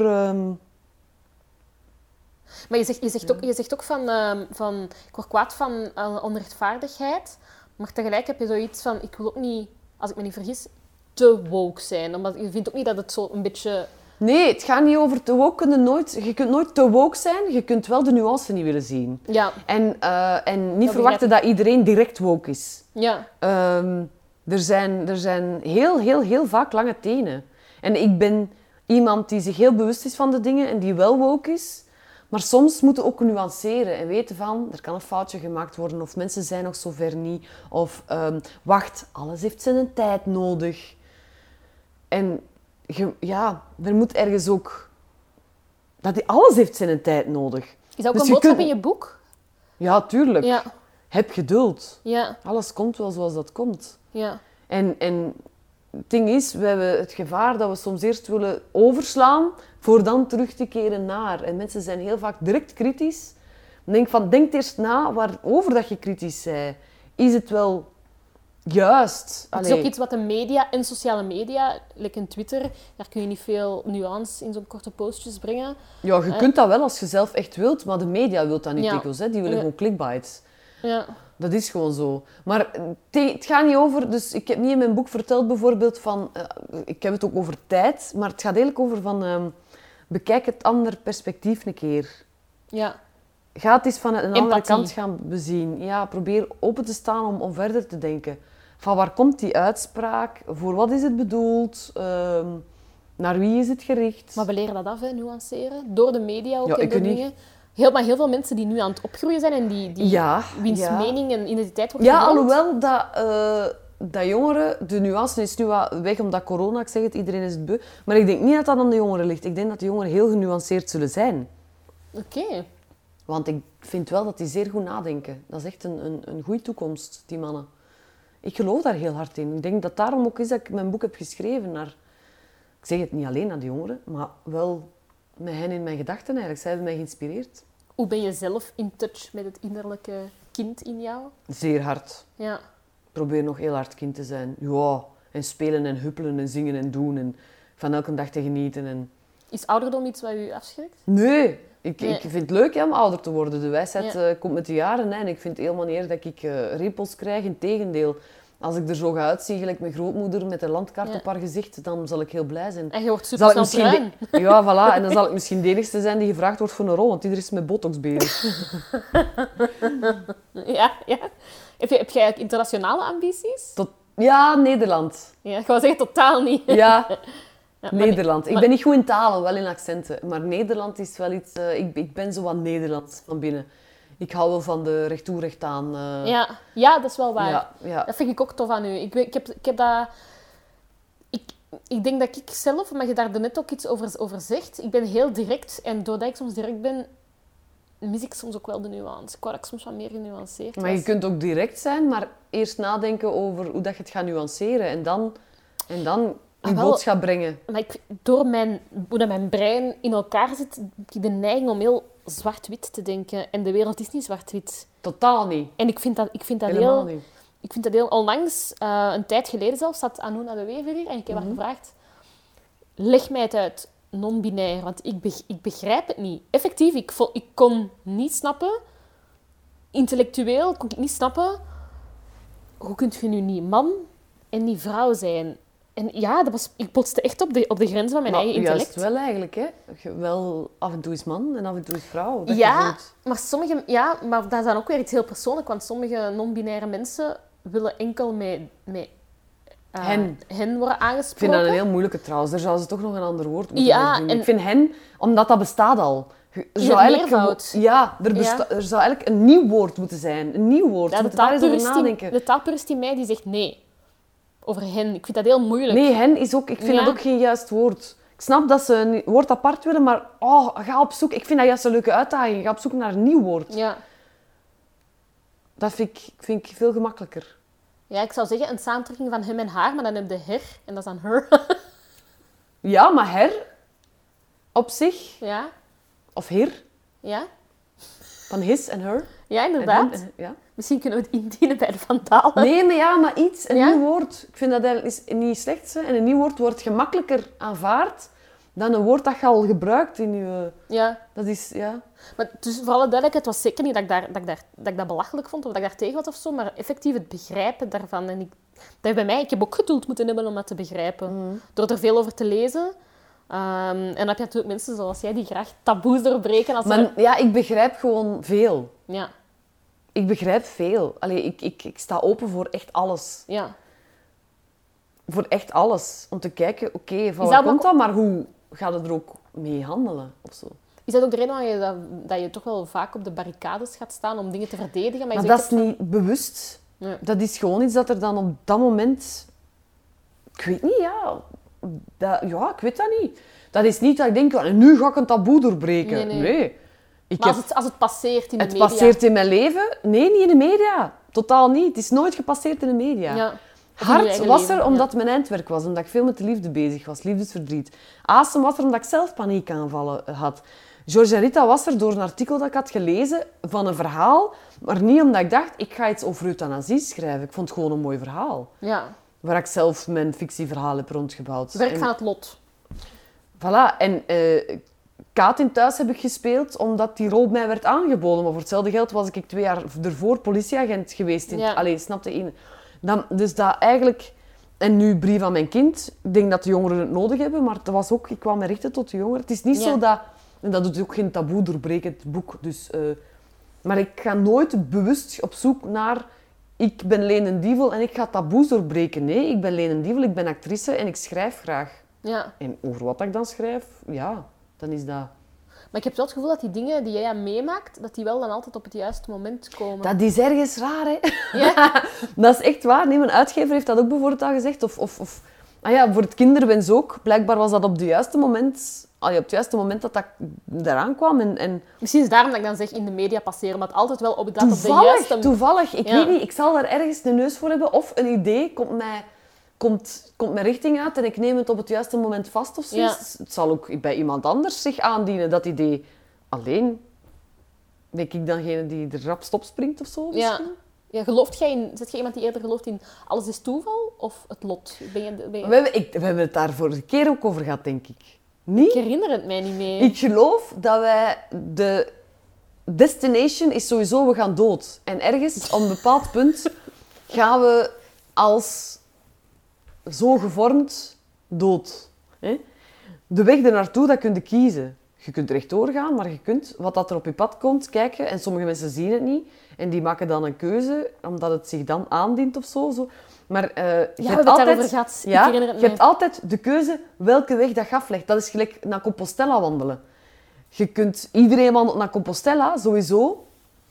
Speaker 1: Maar je zegt ook van... Ik word kwaad van onrechtvaardigheid. Maar tegelijk heb je zoiets van... Ik wil ook niet, als ik me niet vergis, te woke zijn. Omdat je vindt ook niet dat het zo een beetje...
Speaker 2: Nee, het gaat niet over te woke. Je kunt nooit te woke zijn. Je kunt wel de nuance niet willen zien.
Speaker 1: Ja.
Speaker 2: En niet
Speaker 1: Dat
Speaker 2: verwachten dat iedereen direct woke is.
Speaker 1: Ja.
Speaker 2: Er zijn heel vaak lange tenen. En ik ben iemand die zich heel bewust is van de dingen en die wel woke is. Maar soms moeten we ook nuanceren en weten van, er kan een foutje gemaakt worden of mensen zijn nog zover niet. Of wacht, alles heeft zijn tijd nodig. En er moet ergens ook... Alles heeft zijn tijd nodig.
Speaker 1: Is dat ook
Speaker 2: Dus
Speaker 1: een
Speaker 2: je
Speaker 1: boodschap
Speaker 2: kunt-
Speaker 1: in je boek?
Speaker 2: Ja, tuurlijk.
Speaker 1: Ja.
Speaker 2: Heb geduld.
Speaker 1: Ja.
Speaker 2: Alles komt wel zoals dat komt.
Speaker 1: Ja.
Speaker 2: En het ding is, we hebben het gevaar dat we soms eerst willen overslaan voor dan terug te keren naar. En mensen zijn heel vaak direct kritisch. Denk eerst na waarover dat je kritisch bent. Is het wel juist?
Speaker 1: Het is ook iets wat de media en sociale media, like in Twitter, daar kun je niet veel nuance in zo'n korte postjes brengen.
Speaker 2: Ja, je kunt dat wel als je zelf echt wilt, maar de media wil dat niet
Speaker 1: Ja.
Speaker 2: dikwijls. Hè? Die willen
Speaker 1: Ja.
Speaker 2: gewoon clickbites.
Speaker 1: Ja.
Speaker 2: Dat is gewoon zo. Maar het gaat niet over... Dus ik heb niet in mijn boek verteld bijvoorbeeld van... ik heb het ook over tijd, maar het gaat eigenlijk over van... bekijk het andere perspectief een keer.
Speaker 1: Ja.
Speaker 2: Ga het eens van een andere
Speaker 1: Empathie.
Speaker 2: kant gaan bezien. Ja, probeer open te staan om verder te denken. Van waar komt die uitspraak? Voor wat is het bedoeld? Naar wie is het gericht?
Speaker 1: Maar we leren dat af, hè, nuanceren. Door de media ook
Speaker 2: Ja,
Speaker 1: en
Speaker 2: ik
Speaker 1: door
Speaker 2: weet niet.
Speaker 1: dingen. Maar heel veel mensen die nu aan het opgroeien zijn en die
Speaker 2: Ja,
Speaker 1: wiens
Speaker 2: ja.
Speaker 1: mening en identiteit wordt
Speaker 2: Ja,
Speaker 1: gevormd.
Speaker 2: alhoewel dat dat jongeren, de nuance is nu wat weg omdat corona, ik zeg het, iedereen is het beu. Maar ik denk niet dat dat aan de jongeren ligt. Ik denk dat de jongeren heel genuanceerd zullen zijn.
Speaker 1: Oké.
Speaker 2: Want ik vind wel dat die zeer goed nadenken. Dat is echt een goede toekomst, die mannen. Ik geloof daar heel hard in. Ik denk dat daarom ook is dat ik mijn boek heb geschreven naar... Ik zeg het niet alleen naar de jongeren, maar wel met hen in mijn gedachten eigenlijk. Zij hebben mij geïnspireerd.
Speaker 1: Hoe ben je zelf in touch met het innerlijke kind in jou?
Speaker 2: Zeer hard.
Speaker 1: Ja.
Speaker 2: Ik probeer nog heel hard kind te zijn. Ja, en spelen en huppelen en zingen en doen. En van elke dag te genieten. En...
Speaker 1: Is ouderdom iets wat u afschrikt?
Speaker 2: Nee, ik
Speaker 1: Nee.
Speaker 2: vind het leuk hè, om ouder te worden. De wijsheid komt met de jaren. Hè. En ik vind helemaal niet erg dat ik rimpels krijg. Integendeel, als ik er zo ga uitzien, gelijk mijn grootmoeder met een landkaart
Speaker 1: Ja.
Speaker 2: op haar gezicht, dan zal ik heel blij zijn.
Speaker 1: En je wordt
Speaker 2: Zal
Speaker 1: super
Speaker 2: ik
Speaker 1: snel
Speaker 2: misschien
Speaker 1: bruin.
Speaker 2: Ja, voilà. En dan zal ik misschien de enigste zijn die gevraagd wordt voor een rol, want iedereen is met botox bezig.
Speaker 1: Ja. Heb jij eigenlijk internationale ambities?
Speaker 2: Ja, Nederland.
Speaker 1: Ja, ik wou zeggen totaal niet.
Speaker 2: Ja,
Speaker 1: Ja,
Speaker 2: Nederland. Ik
Speaker 1: maar-
Speaker 2: ben niet goed in talen, wel in accenten. Maar Nederland is wel iets... ik ben zo wat Nederlands van binnen. Ik hou wel van de recht toe, recht aan.
Speaker 1: Ja, dat is wel waar.
Speaker 2: Ja.
Speaker 1: Dat vind ik ook tof aan u. Ik heb dat... Ik denk dat ik zelf, maar je daar net ook iets over zegt, ik ben heel direct. En doordat ik soms direct ben, mis ik soms ook wel de nuance. Ik wou dat ik soms wat meer genuanceerd
Speaker 2: Maar je
Speaker 1: was.
Speaker 2: kunt ook direct zijn, maar eerst nadenken over hoe dat je het gaat nuanceren. En dan je
Speaker 1: wel.
Speaker 2: boodschap brengen.
Speaker 1: Maar door hoe dat mijn brein in elkaar zit, heb ik de neiging om heel zwart-wit te denken. En de wereld is niet zwart-wit.
Speaker 2: Totaal niet.
Speaker 1: En ik vind dat
Speaker 2: Helemaal
Speaker 1: heel...
Speaker 2: niet.
Speaker 1: Ik vind dat heel... Onlangs, een tijd geleden zelfs, zat Anouna de Wever hier en ik heb haar gevraagd... Leg mij het uit, non-binair, want ik begrijp het niet. Effectief, ik kon niet snappen... Intellectueel kon ik niet snappen... Hoe kun je nu niet man en niet vrouw zijn? En ja, ik botste echt op de grens van mijn eigen intellect.
Speaker 2: Juist wel eigenlijk, hè. Wel af en toe is man en af en toe is vrouw. Dat je
Speaker 1: Ja,
Speaker 2: voelt.
Speaker 1: maar dat is dan ook weer iets heel persoonlijk, want sommige non-binaire mensen willen enkel met hen worden
Speaker 2: Ik
Speaker 1: aangesproken.
Speaker 2: vind dat een heel moeilijke trouwens. Daar zou ze toch nog een ander woord moeten
Speaker 1: Ja,
Speaker 2: voor vinden.
Speaker 1: en-
Speaker 2: Ik vind hen, omdat dat bestaat al. Er
Speaker 1: In
Speaker 2: zou
Speaker 1: het
Speaker 2: eigenlijk
Speaker 1: meervoud.
Speaker 2: er zou eigenlijk een nieuw woord moeten zijn. Een nieuw woord.
Speaker 1: Ja,
Speaker 2: We
Speaker 1: de
Speaker 2: moeten daar eens over
Speaker 1: taalpurist
Speaker 2: nadenken.
Speaker 1: de taalpurist in mij die zegt nee. Over hen. Ik vind dat heel moeilijk.
Speaker 2: Nee, hen is ook... Ik vind
Speaker 1: Ja.
Speaker 2: dat ook geen juist woord. Ik snap dat ze een woord apart willen, maar ga op zoek... Ik vind dat juist een leuke uitdaging. Ga op zoek naar een nieuw woord.
Speaker 1: Ja.
Speaker 2: Dat vind ik veel gemakkelijker.
Speaker 1: Ja, ik zou zeggen een samentrekking van hem en haar, maar dan heb je her en dat is dan her.
Speaker 2: Ja, maar her op zich,
Speaker 1: Ja,
Speaker 2: of her,
Speaker 1: ja.
Speaker 2: van his en her.
Speaker 1: Ja,
Speaker 2: En
Speaker 1: inderdaad.
Speaker 2: hem ja.
Speaker 1: Misschien kunnen we het indienen bij de Vandalen.
Speaker 2: Nee, maar iets, een
Speaker 1: Ja?
Speaker 2: nieuw woord. Ik vind dat eigenlijk niet slecht. Hè. En een nieuw woord wordt gemakkelijker aanvaard dan een woord dat je al gebruikt in je...
Speaker 1: Ja.
Speaker 2: Dat is, ja...
Speaker 1: Maar dus voor alle duidelijkheid, het was zeker niet dat ik dat belachelijk vond of dat ik daar tegen was of zo, maar effectief het begrijpen daarvan. En ik heb ook geduld moeten hebben om dat te begrijpen. Door er veel over te lezen. En dan heb je natuurlijk mensen zoals jij die graag taboes doorbreken. Als
Speaker 2: Maar ja, ik begrijp gewoon veel.
Speaker 1: Ja,
Speaker 2: Ik begrijp veel. Allee, ik sta open voor echt alles.
Speaker 1: ja.
Speaker 2: Voor echt alles. Om te kijken, oké, van
Speaker 1: Is
Speaker 2: waar
Speaker 1: dat
Speaker 2: komt
Speaker 1: ook-
Speaker 2: dat, maar hoe gaat het er ook mee handelen? Of zo.
Speaker 1: Is dat ook de reden waarom dat je toch wel vaak op de barricades gaat staan om dingen te verdedigen? Maar je
Speaker 2: Maar
Speaker 1: zegt
Speaker 2: dat is
Speaker 1: ook
Speaker 2: niet bewust.
Speaker 1: Ja.
Speaker 2: Dat is gewoon iets dat er dan op dat moment... Ik weet niet, ja. Ik weet dat niet. Dat is niet dat ik denk, nu ga ik een taboe doorbreken.
Speaker 1: Nee.
Speaker 2: Ik
Speaker 1: Maar
Speaker 2: heb...
Speaker 1: als het passeert in de
Speaker 2: Het
Speaker 1: media...
Speaker 2: passeert in mijn leven? Nee, niet in de media. Totaal niet. Het is nooit gepasseerd in de media.
Speaker 1: Ja. Of in je
Speaker 2: Hart
Speaker 1: eigen
Speaker 2: was
Speaker 1: leven,
Speaker 2: er omdat mijn eindwerk was, omdat ik veel met de liefde bezig was, liefdesverdriet. Asem was er omdat ik zelf paniekaanvallen had. George en Rita was er door een artikel dat ik had gelezen van een verhaal, maar niet omdat ik dacht, ik ga iets over euthanasie schrijven. Ik vond het gewoon een mooi verhaal,
Speaker 1: Ja.
Speaker 2: waar ik zelf mijn fictieverhaal heb rondgebouwd.
Speaker 1: Werk
Speaker 2: En-
Speaker 1: van het lot.
Speaker 2: Voilà. En Kaat in Thuis heb ik gespeeld omdat die rol mij werd aangeboden. Maar voor hetzelfde geld was ik 2 jaar ervoor politieagent geweest.
Speaker 1: Ja.
Speaker 2: Allee, snapte je? Dus dat eigenlijk... En nu Brief aan mijn kind. Ik denk dat de jongeren het nodig hebben, maar het was ook... Ik kwam me richten tot de jongeren. Het is niet
Speaker 1: Ja.
Speaker 2: zo dat... En dat doet ook geen taboe doorbreken, het boek. Dus, maar ik ga nooit bewust op zoek naar... Ik ben Leen Dievel en ik ga taboes doorbreken. Nee, ik ben Leen Dievel, ik ben actrice en ik schrijf graag.
Speaker 1: Ja.
Speaker 2: En over wat ik dan schrijf, ja, dan is dat...
Speaker 3: Maar ik heb wel het gevoel dat die dingen die jij meemaakt, dat die wel dan altijd op het juiste moment komen.
Speaker 2: Dat is ergens raar, hè?
Speaker 3: Ja?
Speaker 2: Dat is echt waar. Nee, mijn uitgever heeft dat ook bijvoorbeeld al gezegd. Ah ja, voor het kinderwens ook. Blijkbaar was dat op het juiste moment... op het juiste moment dat dat eraan kwam. En
Speaker 3: Misschien is het daarom dat ik dan zeg in de media passeren, maar het altijd wel op de juiste...
Speaker 2: Toevallig. Ik weet niet, ik zal daar ergens de neus voor hebben. Of een idee komt mijn richting uit en ik neem het op het juiste moment vast of zo.
Speaker 3: Ja.
Speaker 2: Het zal ook bij iemand anders zich aandienen, dat idee. Alleen, ben ik dangene die er rap stop springt of zo?
Speaker 3: Ja.
Speaker 2: Misschien?
Speaker 3: Ja, zit jij iemand die eerder gelooft in alles is toeval of het lot?
Speaker 2: We hebben het daar vorige keer ook over gehad, denk ik. Niet?
Speaker 3: Ik herinner het mij niet meer.
Speaker 2: Ik geloof dat wij... De destination is sowieso, we gaan dood. En ergens, op een bepaald punt, gaan we als zo gevormd dood. Hè? De weg ernaartoe, dat kun je kiezen. Je kunt rechtdoor gaan, maar je kunt wat dat er op je pad komt kijken. En sommige mensen zien het niet. En die maken dan een keuze, omdat het zich dan aandient of zo. Maar
Speaker 3: we hebben het daarover gehad. Ik herinner het
Speaker 2: je hebt altijd de keuze welke weg dat je aflegt. Dat is gelijk naar Compostela wandelen. Iedereen wandelt naar Compostela, sowieso.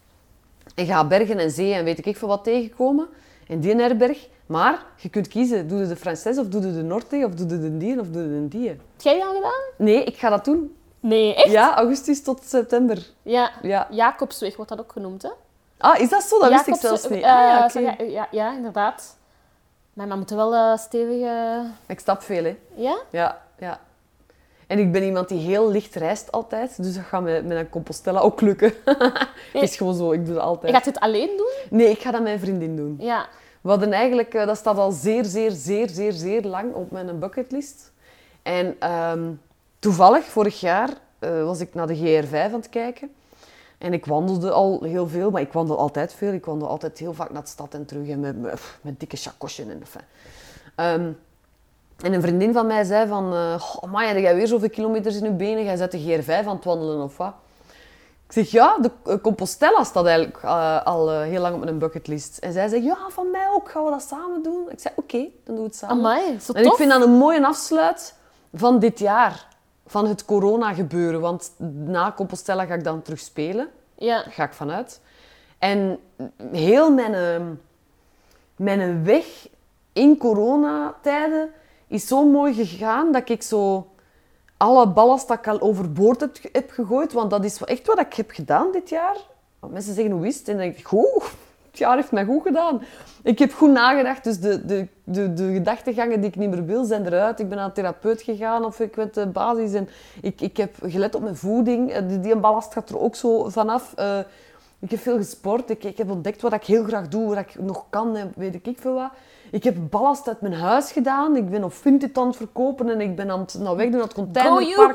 Speaker 2: En gaat bergen en zee en weet ik veel wat tegenkomen. En die herberg. Maar je kunt kiezen, doe je de Frances of doe je de Norte of doe je de die of doe je de die.
Speaker 3: Heb jij dat al gedaan?
Speaker 2: Nee, ik ga dat doen.
Speaker 3: Nee, echt?
Speaker 2: Ja, augustus tot september.
Speaker 3: Ja.
Speaker 2: Ja.
Speaker 3: Jacobsweg wordt dat ook genoemd, hè?
Speaker 2: Ah, is dat zo? Dat wist ik zelfs niet. Oké.
Speaker 3: Ja, inderdaad. Maar we moeten wel stevig...
Speaker 2: Ik stap veel, hè.
Speaker 3: Ja?
Speaker 2: Ja. En ik ben iemand die heel licht reist altijd. Dus dat gaat met een Compostela ook lukken. Het is gewoon zo, ik doe dat altijd.
Speaker 3: Je gaat dit alleen doen?
Speaker 2: Nee, ik ga dat met mijn vriendin doen.
Speaker 3: Ja.
Speaker 2: We hadden eigenlijk... dat staat al zeer lang op mijn bucketlist. En toevallig, vorig jaar, was ik naar de GR5 aan het kijken. En ik wandelde al heel veel, maar ik wandel altijd veel. Ik wandel altijd heel vaak naar de stad en terug en met dikke chakosje en enfin. En een vriendin van mij zei van... Amai, heb jij weer zoveel kilometers in je benen? Jij zet de GR5 aan het wandelen of wat? Ik zeg, ja, de Compostela staat eigenlijk al heel lang op mijn bucketlist. En zij zei, ja, van mij ook. Gaan we dat samen doen? Ik zei, oké, dan doen we het samen.
Speaker 3: Amai, zo
Speaker 2: En
Speaker 3: tof.
Speaker 2: ik vind dat een mooie afsluit van dit jaar. Van het corona-gebeuren. Want na Compostela ga ik dan terug spelen.
Speaker 3: Ja.
Speaker 2: Daar ga ik vanuit. En heel mijn weg in coronatijden is zo mooi gegaan dat ik zo alle ballast dat ik al overboord heb gegooid. Want dat is echt wat ik heb gedaan dit jaar. Want mensen zeggen, hoe is het? En dan denk ik, goed, het jaar heeft mij goed gedaan. Ik heb goed nagedacht, dus de gedachtegangen die ik niet meer wil, zijn eruit. Ik ben naar een therapeut gegaan of ik weet de basis. En ik heb gelet op mijn voeding. Die ballast gaat er ook zo vanaf. Ik heb veel gesport. Ik heb ontdekt wat ik heel graag doe, wat ik nog kan en weet ik veel wat. Ik heb ballast uit mijn huis gedaan. Ik ben op Vinted aan het verkopen en ik ben aan het weg doen naar het containerpark.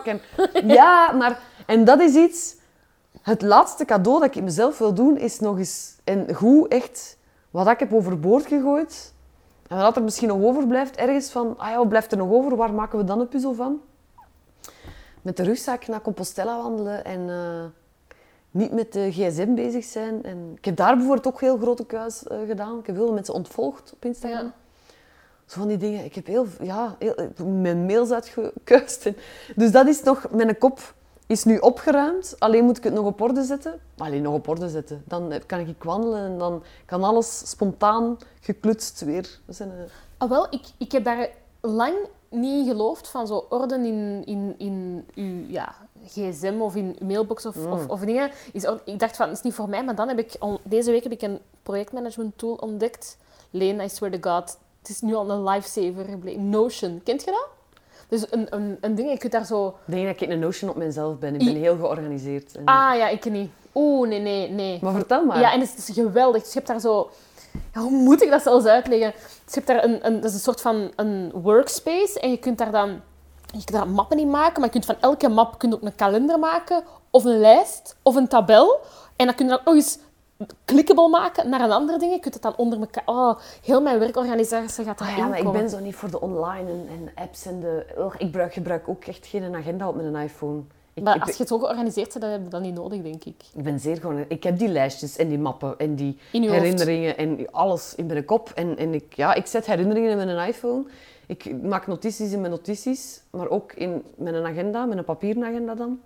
Speaker 2: En dat is iets... Het laatste cadeau dat ik mezelf wil doen, is nog eens... En goed, echt, wat ik heb overboord gegooid. En wat er misschien nog overblijft, ergens van... Ah ja, wat blijft er nog over? Waar maken we dan een puzzel van? Met de rugzak naar Compostela wandelen en... niet met de gsm bezig zijn. En ik heb daar bijvoorbeeld ook heel grote kuis gedaan. Ik heb veel mensen ontvolgd op Instagram.
Speaker 3: Ja.
Speaker 2: Zo van die dingen. Ik heb heel mijn mails uitgekuist. Dus dat is nog... Mijn kop is nu opgeruimd. Alleen moet ik het nog op orde zetten. Dan kan ik wandelen en dan kan alles spontaan geklutst weer.
Speaker 3: Wel, ik heb daar lang niet in geloofd van zo orde in uw gsm of in uw mailbox of dingen. Ik dacht van, het is niet voor mij, maar dan heb ik... Deze week heb ik een projectmanagement tool ontdekt. Leen, I swear to God. Het is nu al een lifesaver gebleken. Notion, kent je dat? Dus een ding, je kunt daar zo...
Speaker 2: Ik denk dat ik een Notion op mezelf ben. Ik ben heel georganiseerd.
Speaker 3: Ja, ik niet. Oeh, nee.
Speaker 2: Maar vertel maar.
Speaker 3: Ja, en het is geweldig. Dus je hebt daar zo... Ja, hoe moet ik dat zelfs uitleggen? Dus je hebt daar dat is een soort van een workspace en je kunt daar dan... Je kunt daar mappen in maken, maar je kunt van elke map ook een kalender maken, of een lijst, of een tabel. En dan kun je dan ook nog eens clickable maken naar een andere ding. Je kunt het dan onder elkaar... Oh, heel mijn werkorganisatie gaat erin komen.
Speaker 2: Maar ik ben zo niet voor de online en apps en de... Ik gebruik ook echt geen agenda op mijn iPhone.
Speaker 3: Maar als je het zo georganiseerd bent, dan heb je dat niet nodig, denk ik.
Speaker 2: Ik ben zeer gewoon... Ik heb die lijstjes en die mappen en die
Speaker 3: herinneringen
Speaker 2: en alles in mijn kop. En ik zet herinneringen in mijn iPhone. Ik maak notities in mijn notities, maar ook in mijn agenda, mijn papieren agenda dan.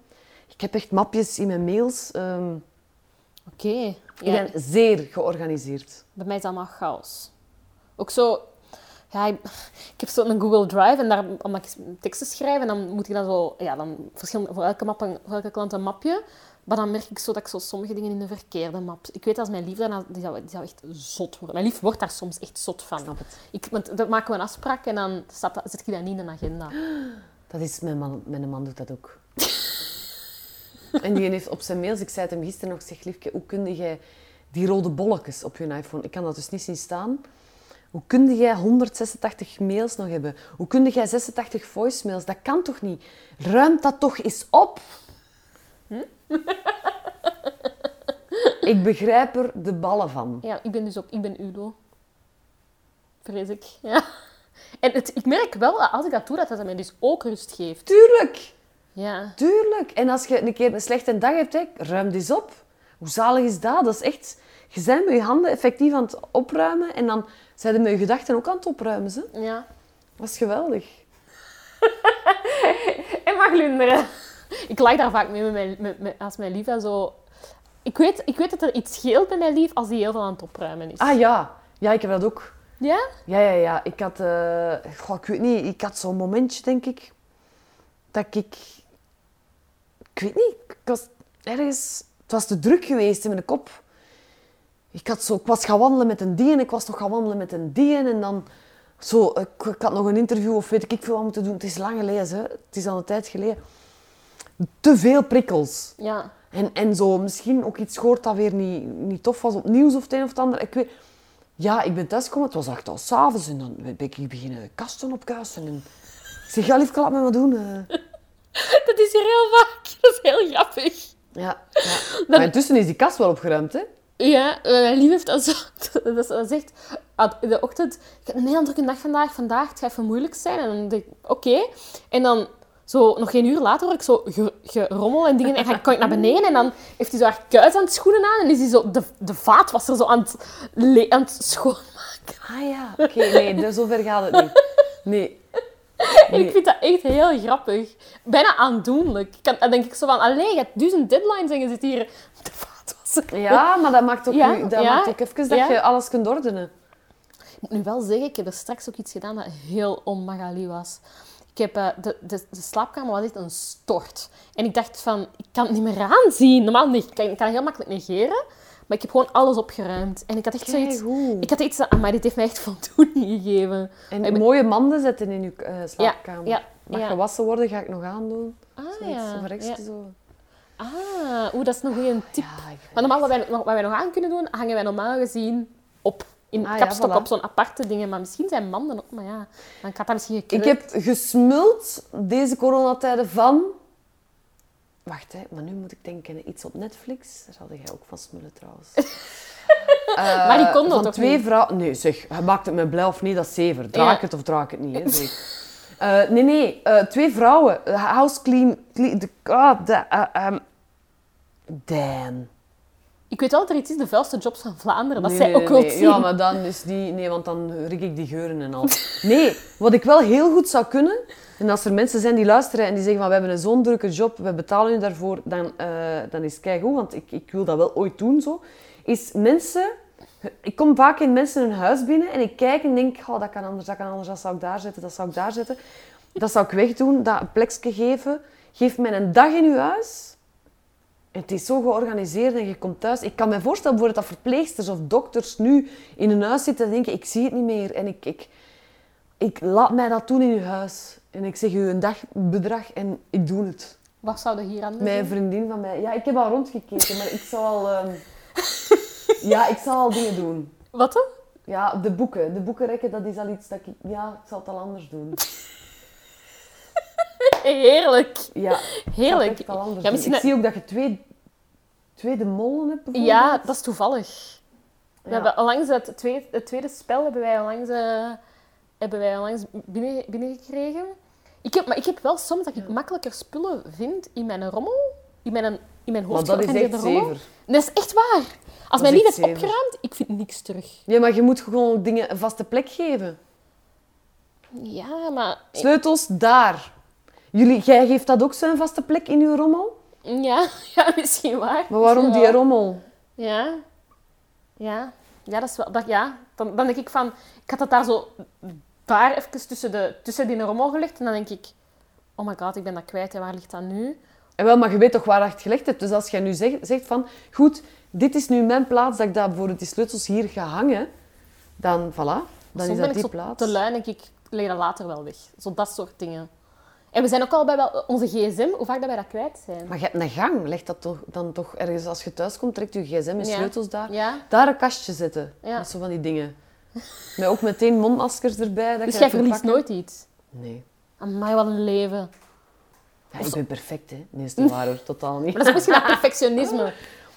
Speaker 2: Ik heb echt mapjes in mijn mails.
Speaker 3: Oké.
Speaker 2: Ik ben zeer georganiseerd.
Speaker 3: Bij mij is het allemaal chaos. Ook zo... Ja, ik heb zo een Google Drive en daar mag ik teksten schrijven. En dan moet ik dan zo... Ja, dan verschillende, voor elke klant een mapje. Maar dan merk ik zo dat ik zo sommige dingen in de verkeerde map... Ik weet als mijn lief daarna... Die zou echt zot worden. Mijn lief wordt daar soms echt zot van.
Speaker 2: Snap het.
Speaker 3: Want dan maken we een afspraak en dan zet ik dat niet in een agenda.
Speaker 2: Dat is mijn man doet dat ook. En die heeft op zijn mails, ik zei het hem gisteren nog, zeg liefje, hoe kun jij die rode bolletjes op je iPhone, ik kan dat dus niet zien staan, hoe kun jij 186 mails nog hebben? Hoe kun jij 86 voicemails? Dat kan toch niet? Ruim dat toch eens op? Ik begrijp er de ballen van.
Speaker 3: Ja, ik ben Udo. Vrees ik. Ja. En ik merk wel dat als ik dat doe, dat mij dus ook rust geeft.
Speaker 2: Tuurlijk!
Speaker 3: Ja.
Speaker 2: Tuurlijk. En als je een keer een slechte dag hebt, hè, ruim die eens op. Hoe zalig is dat? Dat is echt... Je bent met je handen effectief aan het opruimen en dan zijn je met je gedachten ook aan het opruimen. Hè?
Speaker 3: Ja.
Speaker 2: Dat is geweldig.
Speaker 3: En mag glunderen. Ik lach daar vaak mee als mijn lief en zo... Ik weet dat er iets scheelt bij mijn lief als hij heel veel aan het opruimen is.
Speaker 2: Ah ja. Ja, ik heb dat ook.
Speaker 3: Ja?
Speaker 2: Ja. Ik had... ik weet niet. Ik had zo'n momentje, denk ik, dat ik... Ik weet niet. Ik was ergens... Het was te druk geweest in mijn kop. Ik was gaan wandelen met een die en ik was nog gaan wandelen met een die en dan... Zo, ik had nog een interview of weet ik veel wat moeten doen. Het is lang geleden, hè. Het is al een tijd geleden. Te veel prikkels.
Speaker 3: Ja.
Speaker 2: En zo misschien ook iets gehoord dat weer niet tof was op nieuws of het een of het ander. Ik weet... Ja, ik ben thuisgekomen. Het was echt al 's avonds en dan ben ik beginnen kasten opkuisen. En ik zeg, ja lief, laat me wat doen.
Speaker 3: Dat is hier heel vaak. Dat is heel grappig.
Speaker 2: Ja. Maar intussen is die kast wel opgeruimd, hè.
Speaker 3: Ja, mijn lief heeft dat zo... Dat zegt, in de ochtend... Ik heb een hele drukke dag vandaag. Het gaat even moeilijk zijn. En dan denk ik, oké. En dan, zo nog geen uur later, hoor ik zo gerommel en dingen. En dan kan ik naar beneden en dan heeft hij zo haar kuis aan het schoenen aan. En is hij zo de vaatwasser zo aan het schoonmaken.
Speaker 2: Ah ja, oké. Nee, zover gaat het niet. Nee.
Speaker 3: Ik vind dat echt heel grappig. Bijna aandoenlijk. Dan denk ik zo van, allee, je hebt 1000 deadlines en je zit hier de vaatwasser.
Speaker 2: Ja, maar dat maakt ook, maakt ook even dat
Speaker 3: Ja.
Speaker 2: je alles kunt ordenen.
Speaker 3: Ik moet nu wel zeggen, ik heb er straks ook iets gedaan dat heel onmagali was. Ik heb, de slaapkamer was echt een stort. En ik dacht van, ik kan het niet meer aanzien. Normaal niet. Ik kan heel makkelijk negeren. Maar ik heb gewoon alles opgeruimd. En ik had echt zoiets... Ik had iets maar dit heeft mij echt voldoening gegeven.
Speaker 2: En mooie manden zetten in je slaapkamer.
Speaker 3: Ja.
Speaker 2: Mag gewassen worden, ga ik nog aandoen.
Speaker 3: Ah,
Speaker 2: Zoiets,
Speaker 3: ja.
Speaker 2: Voor extra
Speaker 3: Ja.
Speaker 2: zo.
Speaker 3: Dat is nog een tip.
Speaker 2: Ja,
Speaker 3: Maar normaal, wat wij nog aan kunnen doen, hangen wij normaal gezien op. In
Speaker 2: Ah, ja,
Speaker 3: kapstok
Speaker 2: voilà.
Speaker 3: op zo'n aparte dingen. Maar misschien zijn manden ook. Maar ja, dan kan dat misschien
Speaker 2: Ik
Speaker 3: gekreukt.
Speaker 2: heb gesmuld deze coronatijden van... Wacht, hè, maar nu moet ik denken. Iets op Netflix. Daar had jij ook van smullen, trouwens.
Speaker 3: Maar die kon dat
Speaker 2: van
Speaker 3: toch
Speaker 2: 2
Speaker 3: niet?
Speaker 2: vrouwen... Nee, zeg, maakt het me blij of niet, dat is zever. Draak
Speaker 3: Ja.
Speaker 2: het of draak het niet, hè. Zeg. Nee. 2 vrouwen. House clean... Damn.
Speaker 3: Ik weet wel dat er iets is, de vuilste jobs van Vlaanderen. Dat
Speaker 2: Nee,
Speaker 3: zij ook wilt zien.
Speaker 2: Ja, maar dan is die... Nee, want dan rik ik die geuren en al. Nee, wat ik wel heel goed zou kunnen... En als er mensen zijn die luisteren en die zeggen van we hebben zo'n drukke job, we betalen u daarvoor, dan is het keigoed, want ik wil dat wel ooit doen zo. Is mensen... Ik kom vaak in mensen hun huis binnen en ik kijk en denk, oh, dat kan anders, dat zou ik daar zetten, dat zou ik daar zetten. Dat zou ik wegdoen, dat een plekje geven. Geef mij een dag in uw huis. En het is zo georganiseerd en je komt thuis. Ik kan me voorstellen bijvoorbeeld dat verpleegsters of dokters nu in een huis zitten en denken, ik zie het niet meer. En ik laat mij dat doen in uw huis. En ik zeg u een dagbedrag en ik doe het.
Speaker 3: Wat zouden hier anders
Speaker 2: Mijn
Speaker 3: doen?
Speaker 2: vriendin van mij... Ja, ik heb al rondgekeken, maar ik zal al... Ja, ik zal al dingen doen.
Speaker 3: Wat dan?
Speaker 2: Ja, de boekenrekken, dat is al iets dat ik... Ja, ik zal het al anders doen.
Speaker 3: Heerlijk.
Speaker 2: Ja,
Speaker 3: Heerlijk.
Speaker 2: ik zal het echt al anders
Speaker 3: Ja,
Speaker 2: doen.
Speaker 3: misschien
Speaker 2: Ik zie ook dat je twee de mollen hebt, bijvoorbeeld.
Speaker 3: Ja, dat is toevallig. We
Speaker 2: Ja.
Speaker 3: hebben onlangs het tweede spel hebben wij onlangs binnengekregen. Maar ik heb wel soms dat ik makkelijker spullen vind in mijn rommel. In mijn
Speaker 2: Maar
Speaker 3: hoofd
Speaker 2: dat is
Speaker 3: georganiseerde
Speaker 2: echt
Speaker 3: rommel.
Speaker 2: zever.
Speaker 3: Dat is echt waar. Als
Speaker 2: Dat
Speaker 3: mijn
Speaker 2: is
Speaker 3: lief
Speaker 2: echt
Speaker 3: heeft
Speaker 2: zever.
Speaker 3: opgeruimd, ik vind niks terug.
Speaker 2: Ja, maar je moet gewoon dingen een vaste plek geven.
Speaker 3: Ja, maar...
Speaker 2: Sleutels, daar. Jij geeft dat ook zo'n vaste plek in uw rommel?
Speaker 3: Ja, ja, misschien waar.
Speaker 2: Maar waarom
Speaker 3: Misschien
Speaker 2: die
Speaker 3: wel.
Speaker 2: rommel?
Speaker 3: Ja. Ja. Ja, dat is wel... ja. Dan denk ik van... Ik had het daar zo... Daar even tussen die rommel gelegd. En dan denk ik... Oh my god, ik ben dat kwijt. En waar ligt dat nu?
Speaker 2: En wel, maar je weet toch waar je het gelegd hebt. Dus als jij nu zegt van... Goed, dit is nu mijn plaats, dat ik daar bijvoorbeeld die sleutels hier ga hangen. Dan, voilà. Dan
Speaker 3: Soms
Speaker 2: is
Speaker 3: ben
Speaker 2: dat
Speaker 3: ik
Speaker 2: die
Speaker 3: zo
Speaker 2: plaats.
Speaker 3: te lui en denk ik leg dat later wel weg. Zo dat soort dingen. En we zijn ook al bij wel onze gsm, hoe vaak dat wij dat kwijt zijn.
Speaker 2: Maar je hebt een gang. Leg dat toch, dan toch ergens als je thuis komt, trekt je gsm en
Speaker 3: Ja.
Speaker 2: sleutels daar.
Speaker 3: Ja.
Speaker 2: Daar een kastje zetten.
Speaker 3: Ja.
Speaker 2: Met zo van die dingen. Met ook meteen mondmaskers erbij. Dat
Speaker 3: Dus
Speaker 2: je
Speaker 3: jij
Speaker 2: dat kunt
Speaker 3: verliest
Speaker 2: pakken.
Speaker 3: nooit iets.
Speaker 2: Nee.
Speaker 3: Amai, wat een leven.
Speaker 2: Ja, ik ben perfect, hè. Nee, is niet waar hoor. Totaal niet.
Speaker 3: Maar dat is misschien dat perfectionisme.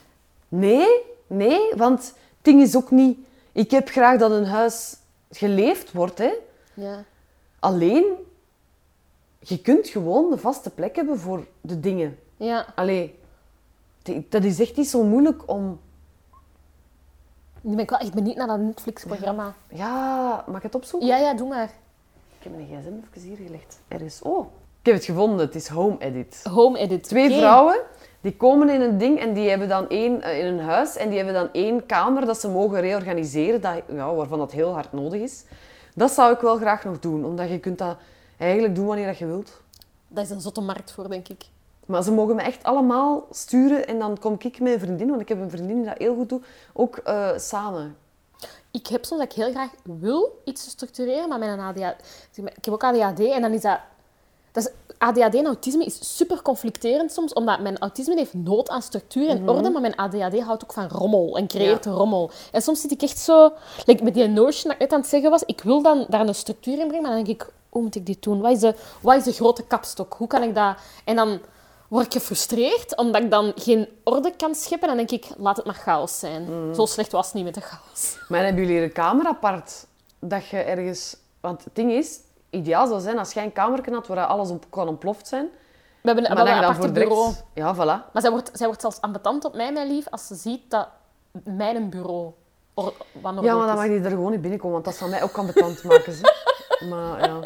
Speaker 2: Nee, want het ding is ook niet... Ik heb graag dat een huis geleefd wordt, hè.
Speaker 3: Ja.
Speaker 2: Alleen, je kunt gewoon een vaste plek hebben voor de dingen.
Speaker 3: Ja.
Speaker 2: Allee, dat is echt niet zo moeilijk om...
Speaker 3: Nu ben ik wel echt benieuwd naar dat Netflix-programma.
Speaker 2: Ja, mag ik het opzoeken?
Speaker 3: Ja, ja, doe maar.
Speaker 2: Ik heb mijn gsm even hier gelegd. Ergens. Oh, ik heb het gevonden. Het is Home Edit.
Speaker 3: Home Edit.
Speaker 2: 2
Speaker 3: Oké.
Speaker 2: vrouwen, die komen in een ding en die hebben dan in een huis en die hebben dan 1 kamer dat ze mogen reorganiseren, waarvan dat heel hard nodig is. Dat zou ik wel graag nog doen, omdat je kunt dat eigenlijk doen wanneer dat je wilt.
Speaker 3: Dat is een zotte markt voor, denk ik.
Speaker 2: Maar ze mogen me echt allemaal sturen en dan kom ik met een vriendin, want ik heb een vriendin die dat heel goed doet, ook samen.
Speaker 3: Ik heb soms dat ik heel graag wil iets structureren, maar met een ADHD... Ik heb ook ADHD en dan is dat... ADHD en autisme is super conflicterend soms, omdat mijn autisme heeft nood aan structuur en orde, maar mijn ADHD houdt ook van rommel en creëert rommel. En soms zit ik echt zo... met die Notion dat ik net aan het zeggen was, ik wil dan daar een structuur in brengen, maar dan denk ik, hoe moet ik dit doen? Wat is de grote kapstok? Hoe kan ik dat... En dan word ik gefrustreerd, omdat ik dan geen orde kan scheppen. Dan denk ik, laat het maar chaos zijn. Zo slecht was het niet met de chaos.
Speaker 2: Maar hebben jullie een kamer apart? Dat je ergens... Want het ding is, ideaal zou zijn als jij een kamer had waar alles op kan ontploft zijn.
Speaker 3: We hebben
Speaker 2: Maar
Speaker 3: wel
Speaker 2: dat
Speaker 3: een
Speaker 2: je dan
Speaker 3: aparte
Speaker 2: voor direct...
Speaker 3: bureau.
Speaker 2: Ja, voilà.
Speaker 3: Maar zij wordt zelfs ambetant op mij, mijn lief, als ze ziet dat mijn bureau wanneer
Speaker 2: Ja, maar dan
Speaker 3: is.
Speaker 2: mag die er gewoon niet binnenkomen, want dat zal mij ook ambetant maken. Ze. Maar ja...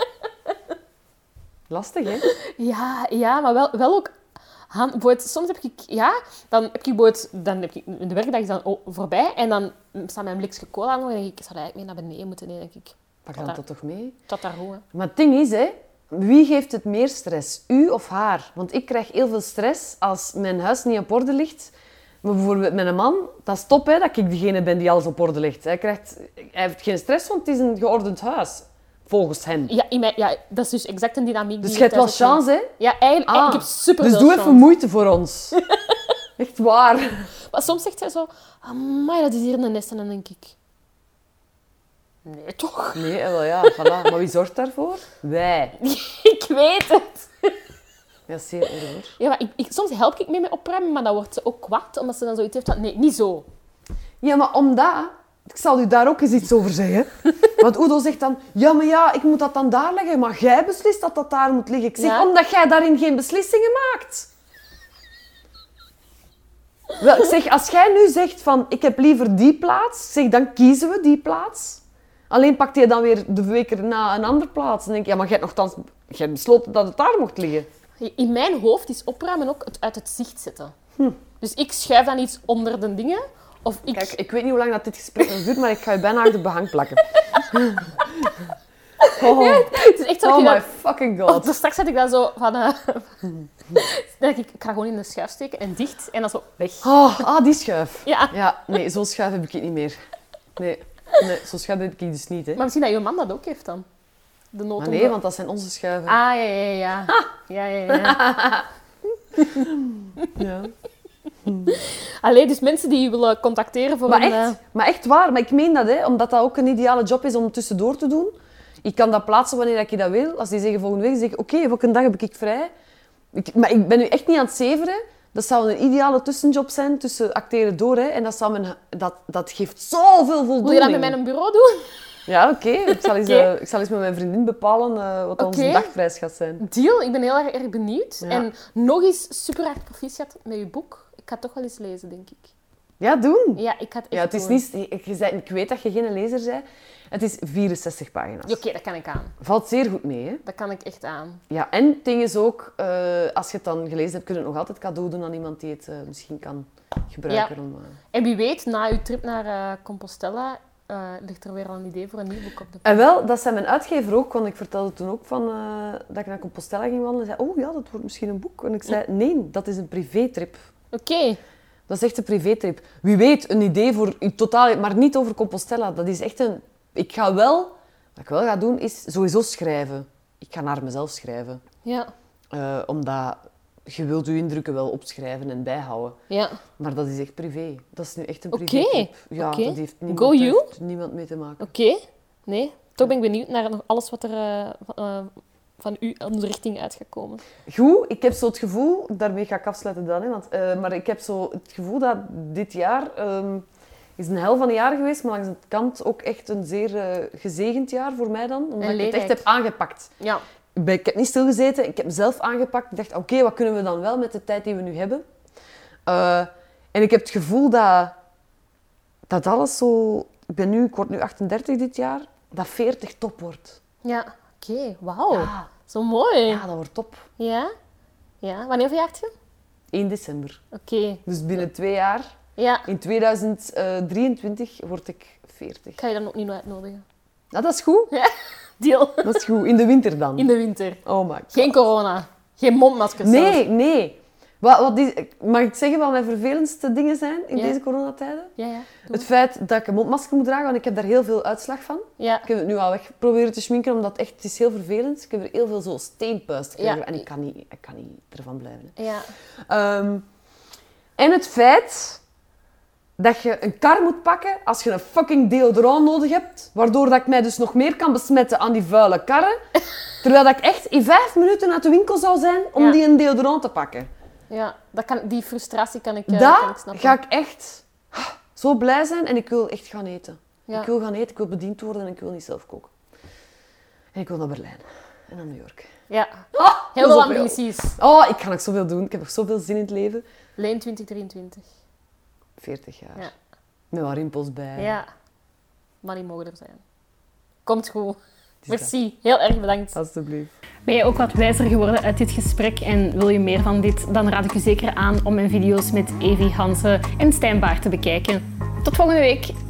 Speaker 2: Lastig, hè?
Speaker 3: Ja, maar wel ook... Soms heb ik... Ja, dan heb ik... De werkdag is dan voorbij en dan staat mijn blikje cola nog en denk ik zou dat eigenlijk mee naar beneden moeten nemen. Denk ik,
Speaker 2: Pak dan dat toch mee?
Speaker 3: dat daar goed, hè.
Speaker 2: Maar het ding is, hè, wie geeft het meer stress? U of haar? Want ik krijg heel veel stress als mijn huis niet op orde ligt. Maar bijvoorbeeld met een man, dat is top, hè, dat ik degene ben die alles op orde ligt. Hij heeft geen stress, want het is een geordend huis. Volgens hem.
Speaker 3: Ja, dat is dus exact een dynamiek
Speaker 2: Dus
Speaker 3: die
Speaker 2: je hebt wel
Speaker 3: thuis ook
Speaker 2: chance, hè?
Speaker 3: heb. Ja, eigenlijk, ik heb super
Speaker 2: Dus
Speaker 3: veel
Speaker 2: doe
Speaker 3: chance.
Speaker 2: even moeite voor ons. Echt waar.
Speaker 3: Maar soms zegt zij zo, amai, dat is hier een nest. En dan denk ik, nee, toch?
Speaker 2: Nee, wel ja, voilà. Maar wie zorgt daarvoor? Wij.
Speaker 3: Ik weet het.
Speaker 2: Ja, zeer erg, hoor.
Speaker 3: Ja, maar soms help ik mee met opruimen, maar dan wordt ze ook kwaad, omdat ze dan zoiets heeft van, nee, niet zo.
Speaker 2: Ja, maar omdat... Ik zal u daar ook eens iets over zeggen. Want Udo zegt dan... Ja, maar ja, ik moet dat dan daar leggen. Maar jij beslist dat dat daar moet liggen. Ik zeg,
Speaker 3: Ja.
Speaker 2: omdat jij daarin geen beslissingen maakt. Wel, ik zeg, als jij nu zegt van... Ik heb liever die plaats. Zeg, dan kiezen we die plaats. Alleen pakt hij dan weer de week erna een andere plaats. En denk ik, ja, maar jij hebt nogthans... Jij hebt besloten dat het daar mocht liggen.
Speaker 3: In mijn hoofd is opruimen ook het uit het zicht zetten. Dus ik schuif dan iets onder de dingen, of ik...
Speaker 2: Kijk, ik weet niet hoe lang dat dit gesprek nog duurt, maar ik ga je bijna achter de behang plakken. Oh,
Speaker 3: Het is echt zo dat
Speaker 2: oh
Speaker 3: je
Speaker 2: my
Speaker 3: dat-
Speaker 2: fucking god.
Speaker 3: Dus straks zet ik dat zo van... dan denk ik ga gewoon in de schuif steken en dicht, en dan zo weg.
Speaker 2: Die schuif.
Speaker 3: Ja.
Speaker 2: Ja, nee, zo'n schuif heb ik niet meer. Nee, zo'n schuif heb ik dus niet, hè.
Speaker 3: Maar misschien dat je man dat ook heeft dan. De nood
Speaker 2: Maar
Speaker 3: om
Speaker 2: nee,
Speaker 3: de-
Speaker 2: want dat zijn onze schuiven.
Speaker 3: Ah, ja. Ja.
Speaker 2: Ja.
Speaker 3: Allee, dus mensen die je willen contacteren voor
Speaker 2: Maar echt waar, maar ik meen dat, hè, omdat dat ook een ideale job is om tussendoor te doen. Ik kan dat plaatsen wanneer ik dat wil. Als die zeggen volgende week, dan zeg ik, oké, welke dag heb ik vrij? Maar ik ben nu echt niet aan het zeveren. Dat zou een ideale tussenjob zijn, tussen acteren door. Hè. En dat geeft zoveel voldoening.
Speaker 3: Wil je dat met mijn bureau doen?
Speaker 2: Ja, oké. Ik zal eens,
Speaker 3: Oké.
Speaker 2: ik zal eens met mijn vriendin bepalen wat onze
Speaker 3: Oké.
Speaker 2: dagprijs gaat zijn.
Speaker 3: Deal, ik ben heel erg benieuwd.
Speaker 2: Ja.
Speaker 3: En nog eens super hard proficiat met je boek. Ik ga het toch wel eens lezen, denk ik.
Speaker 2: Ja, doen.
Speaker 3: Ja, ik ga het echt
Speaker 2: Ja, het is
Speaker 3: doen.
Speaker 2: niet... Ik weet dat je geen lezer bent. Het is 64 pagina's.
Speaker 3: Oké, dat kan ik aan.
Speaker 2: Valt zeer goed mee, hè?
Speaker 3: Dat kan ik echt aan.
Speaker 2: Ja, en het ding is ook, als je het dan gelezen hebt, kun je het nog altijd cadeau doen aan iemand die het misschien kan gebruiken.
Speaker 3: Ja.
Speaker 2: Om,
Speaker 3: En wie weet, na uw trip naar Compostela, ligt er weer al een idee voor een nieuw boek op de
Speaker 2: En wel, dat zei mijn uitgever ook, want ik vertelde toen ook van, dat ik naar Compostela ging wandelen. Hij zei, oh ja, dat wordt misschien een boek. En ik zei, nee, dat is een privétrip.
Speaker 3: Oké.
Speaker 2: Dat is echt een privétrip. Wie weet, een idee voor u totaal, maar niet over Compostela. Dat is echt een... Wat ik wel ga doen, is sowieso schrijven. Ik ga naar mezelf schrijven.
Speaker 3: Ja.
Speaker 2: Omdat je wilt je indrukken wel opschrijven en bijhouden.
Speaker 3: Ja.
Speaker 2: Maar dat is echt privé. Dat is nu echt een
Speaker 3: Oké,
Speaker 2: privétrip. Ja,
Speaker 3: oké.
Speaker 2: dat heeft niemand,
Speaker 3: Go you.
Speaker 2: daar heeft niemand mee te maken.
Speaker 3: Oké. Nee. Toch ben ik benieuwd naar nog alles wat er van u onze richting uit gaat komen.
Speaker 2: Goed, ik heb zo het gevoel... Daarmee ga ik afsluiten dan, hè, want, maar ik heb zo het gevoel dat dit jaar... is een hel van een jaar geweest, maar langs de kant ook echt een zeer gezegend jaar voor mij dan. Omdat ik het echt heb aangepakt.
Speaker 3: Ja.
Speaker 2: Ik heb niet stilgezeten, ik heb mezelf aangepakt. Ik dacht, oké, wat kunnen we dan wel met de tijd die we nu hebben? En ik heb het gevoel dat alles zo... Ik word nu 38 dit jaar, dat 40 top wordt.
Speaker 3: Ja. Oké. Wauw.
Speaker 2: Ja.
Speaker 3: Zo mooi.
Speaker 2: Ja, dat wordt top.
Speaker 3: Ja. Ja. Wanneer verjaart je?
Speaker 2: 1 december.
Speaker 3: Oké.
Speaker 2: Dus binnen 2 jaar,
Speaker 3: Ja.
Speaker 2: in 2023, word ik 40.
Speaker 3: Ik ga je dan ook niet uitnodigen.
Speaker 2: Nou, dat is goed.
Speaker 3: Deal.
Speaker 2: Dat is goed. In de winter dan.
Speaker 3: In de winter.
Speaker 2: Oh my god.
Speaker 3: Geen corona. Geen mondmaskers. zelfs.
Speaker 2: Nee. Mag ik zeggen wat mijn vervelendste dingen zijn in
Speaker 3: Ja.
Speaker 2: deze coronatijden?
Speaker 3: Ja, ja.
Speaker 2: Het feit dat ik een mondmasker moet dragen, want ik heb daar heel veel uitslag van.
Speaker 3: Ja.
Speaker 2: Ik heb het nu al weg proberen te schminken, omdat het is heel vervelend. Ik heb er heel veel zo steenpuist gekregen
Speaker 3: Ja.
Speaker 2: en ik kan niet ervan blijven. Hè.
Speaker 3: Ja.
Speaker 2: En het feit dat je een kar moet pakken als je een fucking deodorant nodig hebt, waardoor dat ik mij dus nog meer kan besmetten aan die vuile karren, terwijl dat ik echt in 5 minuten uit de winkel zou zijn om
Speaker 3: Ja.
Speaker 2: die een deodorant te pakken.
Speaker 3: Ja. Die frustratie kan ik
Speaker 2: Daar
Speaker 3: snappen.
Speaker 2: ga ik echt zo blij zijn en ik wil echt gaan eten.
Speaker 3: Ja.
Speaker 2: Ik wil gaan eten, ik wil bediend worden en ik wil niet zelf koken. En ik wil naar Berlijn en naar New York.
Speaker 3: Ja.
Speaker 2: Oh,
Speaker 3: Heel veel
Speaker 2: zoveel.
Speaker 3: ambities.
Speaker 2: Oh, ik ga nog zoveel doen. Ik heb nog zoveel zin in het leven.
Speaker 3: Leen 2023.
Speaker 2: 40 jaar.
Speaker 3: Ja.
Speaker 2: Met wat rimpels bij.
Speaker 3: Ja. Maar die mogen er zijn. Komt goed.
Speaker 2: is
Speaker 3: Merci. Heel erg bedankt.
Speaker 2: Alsjeblieft.
Speaker 1: Ben je ook wat wijzer geworden uit dit gesprek en wil je meer van dit? Dan raad ik u zeker aan om mijn video's met Evie Hansen en Stijn Baart te bekijken. Tot volgende week!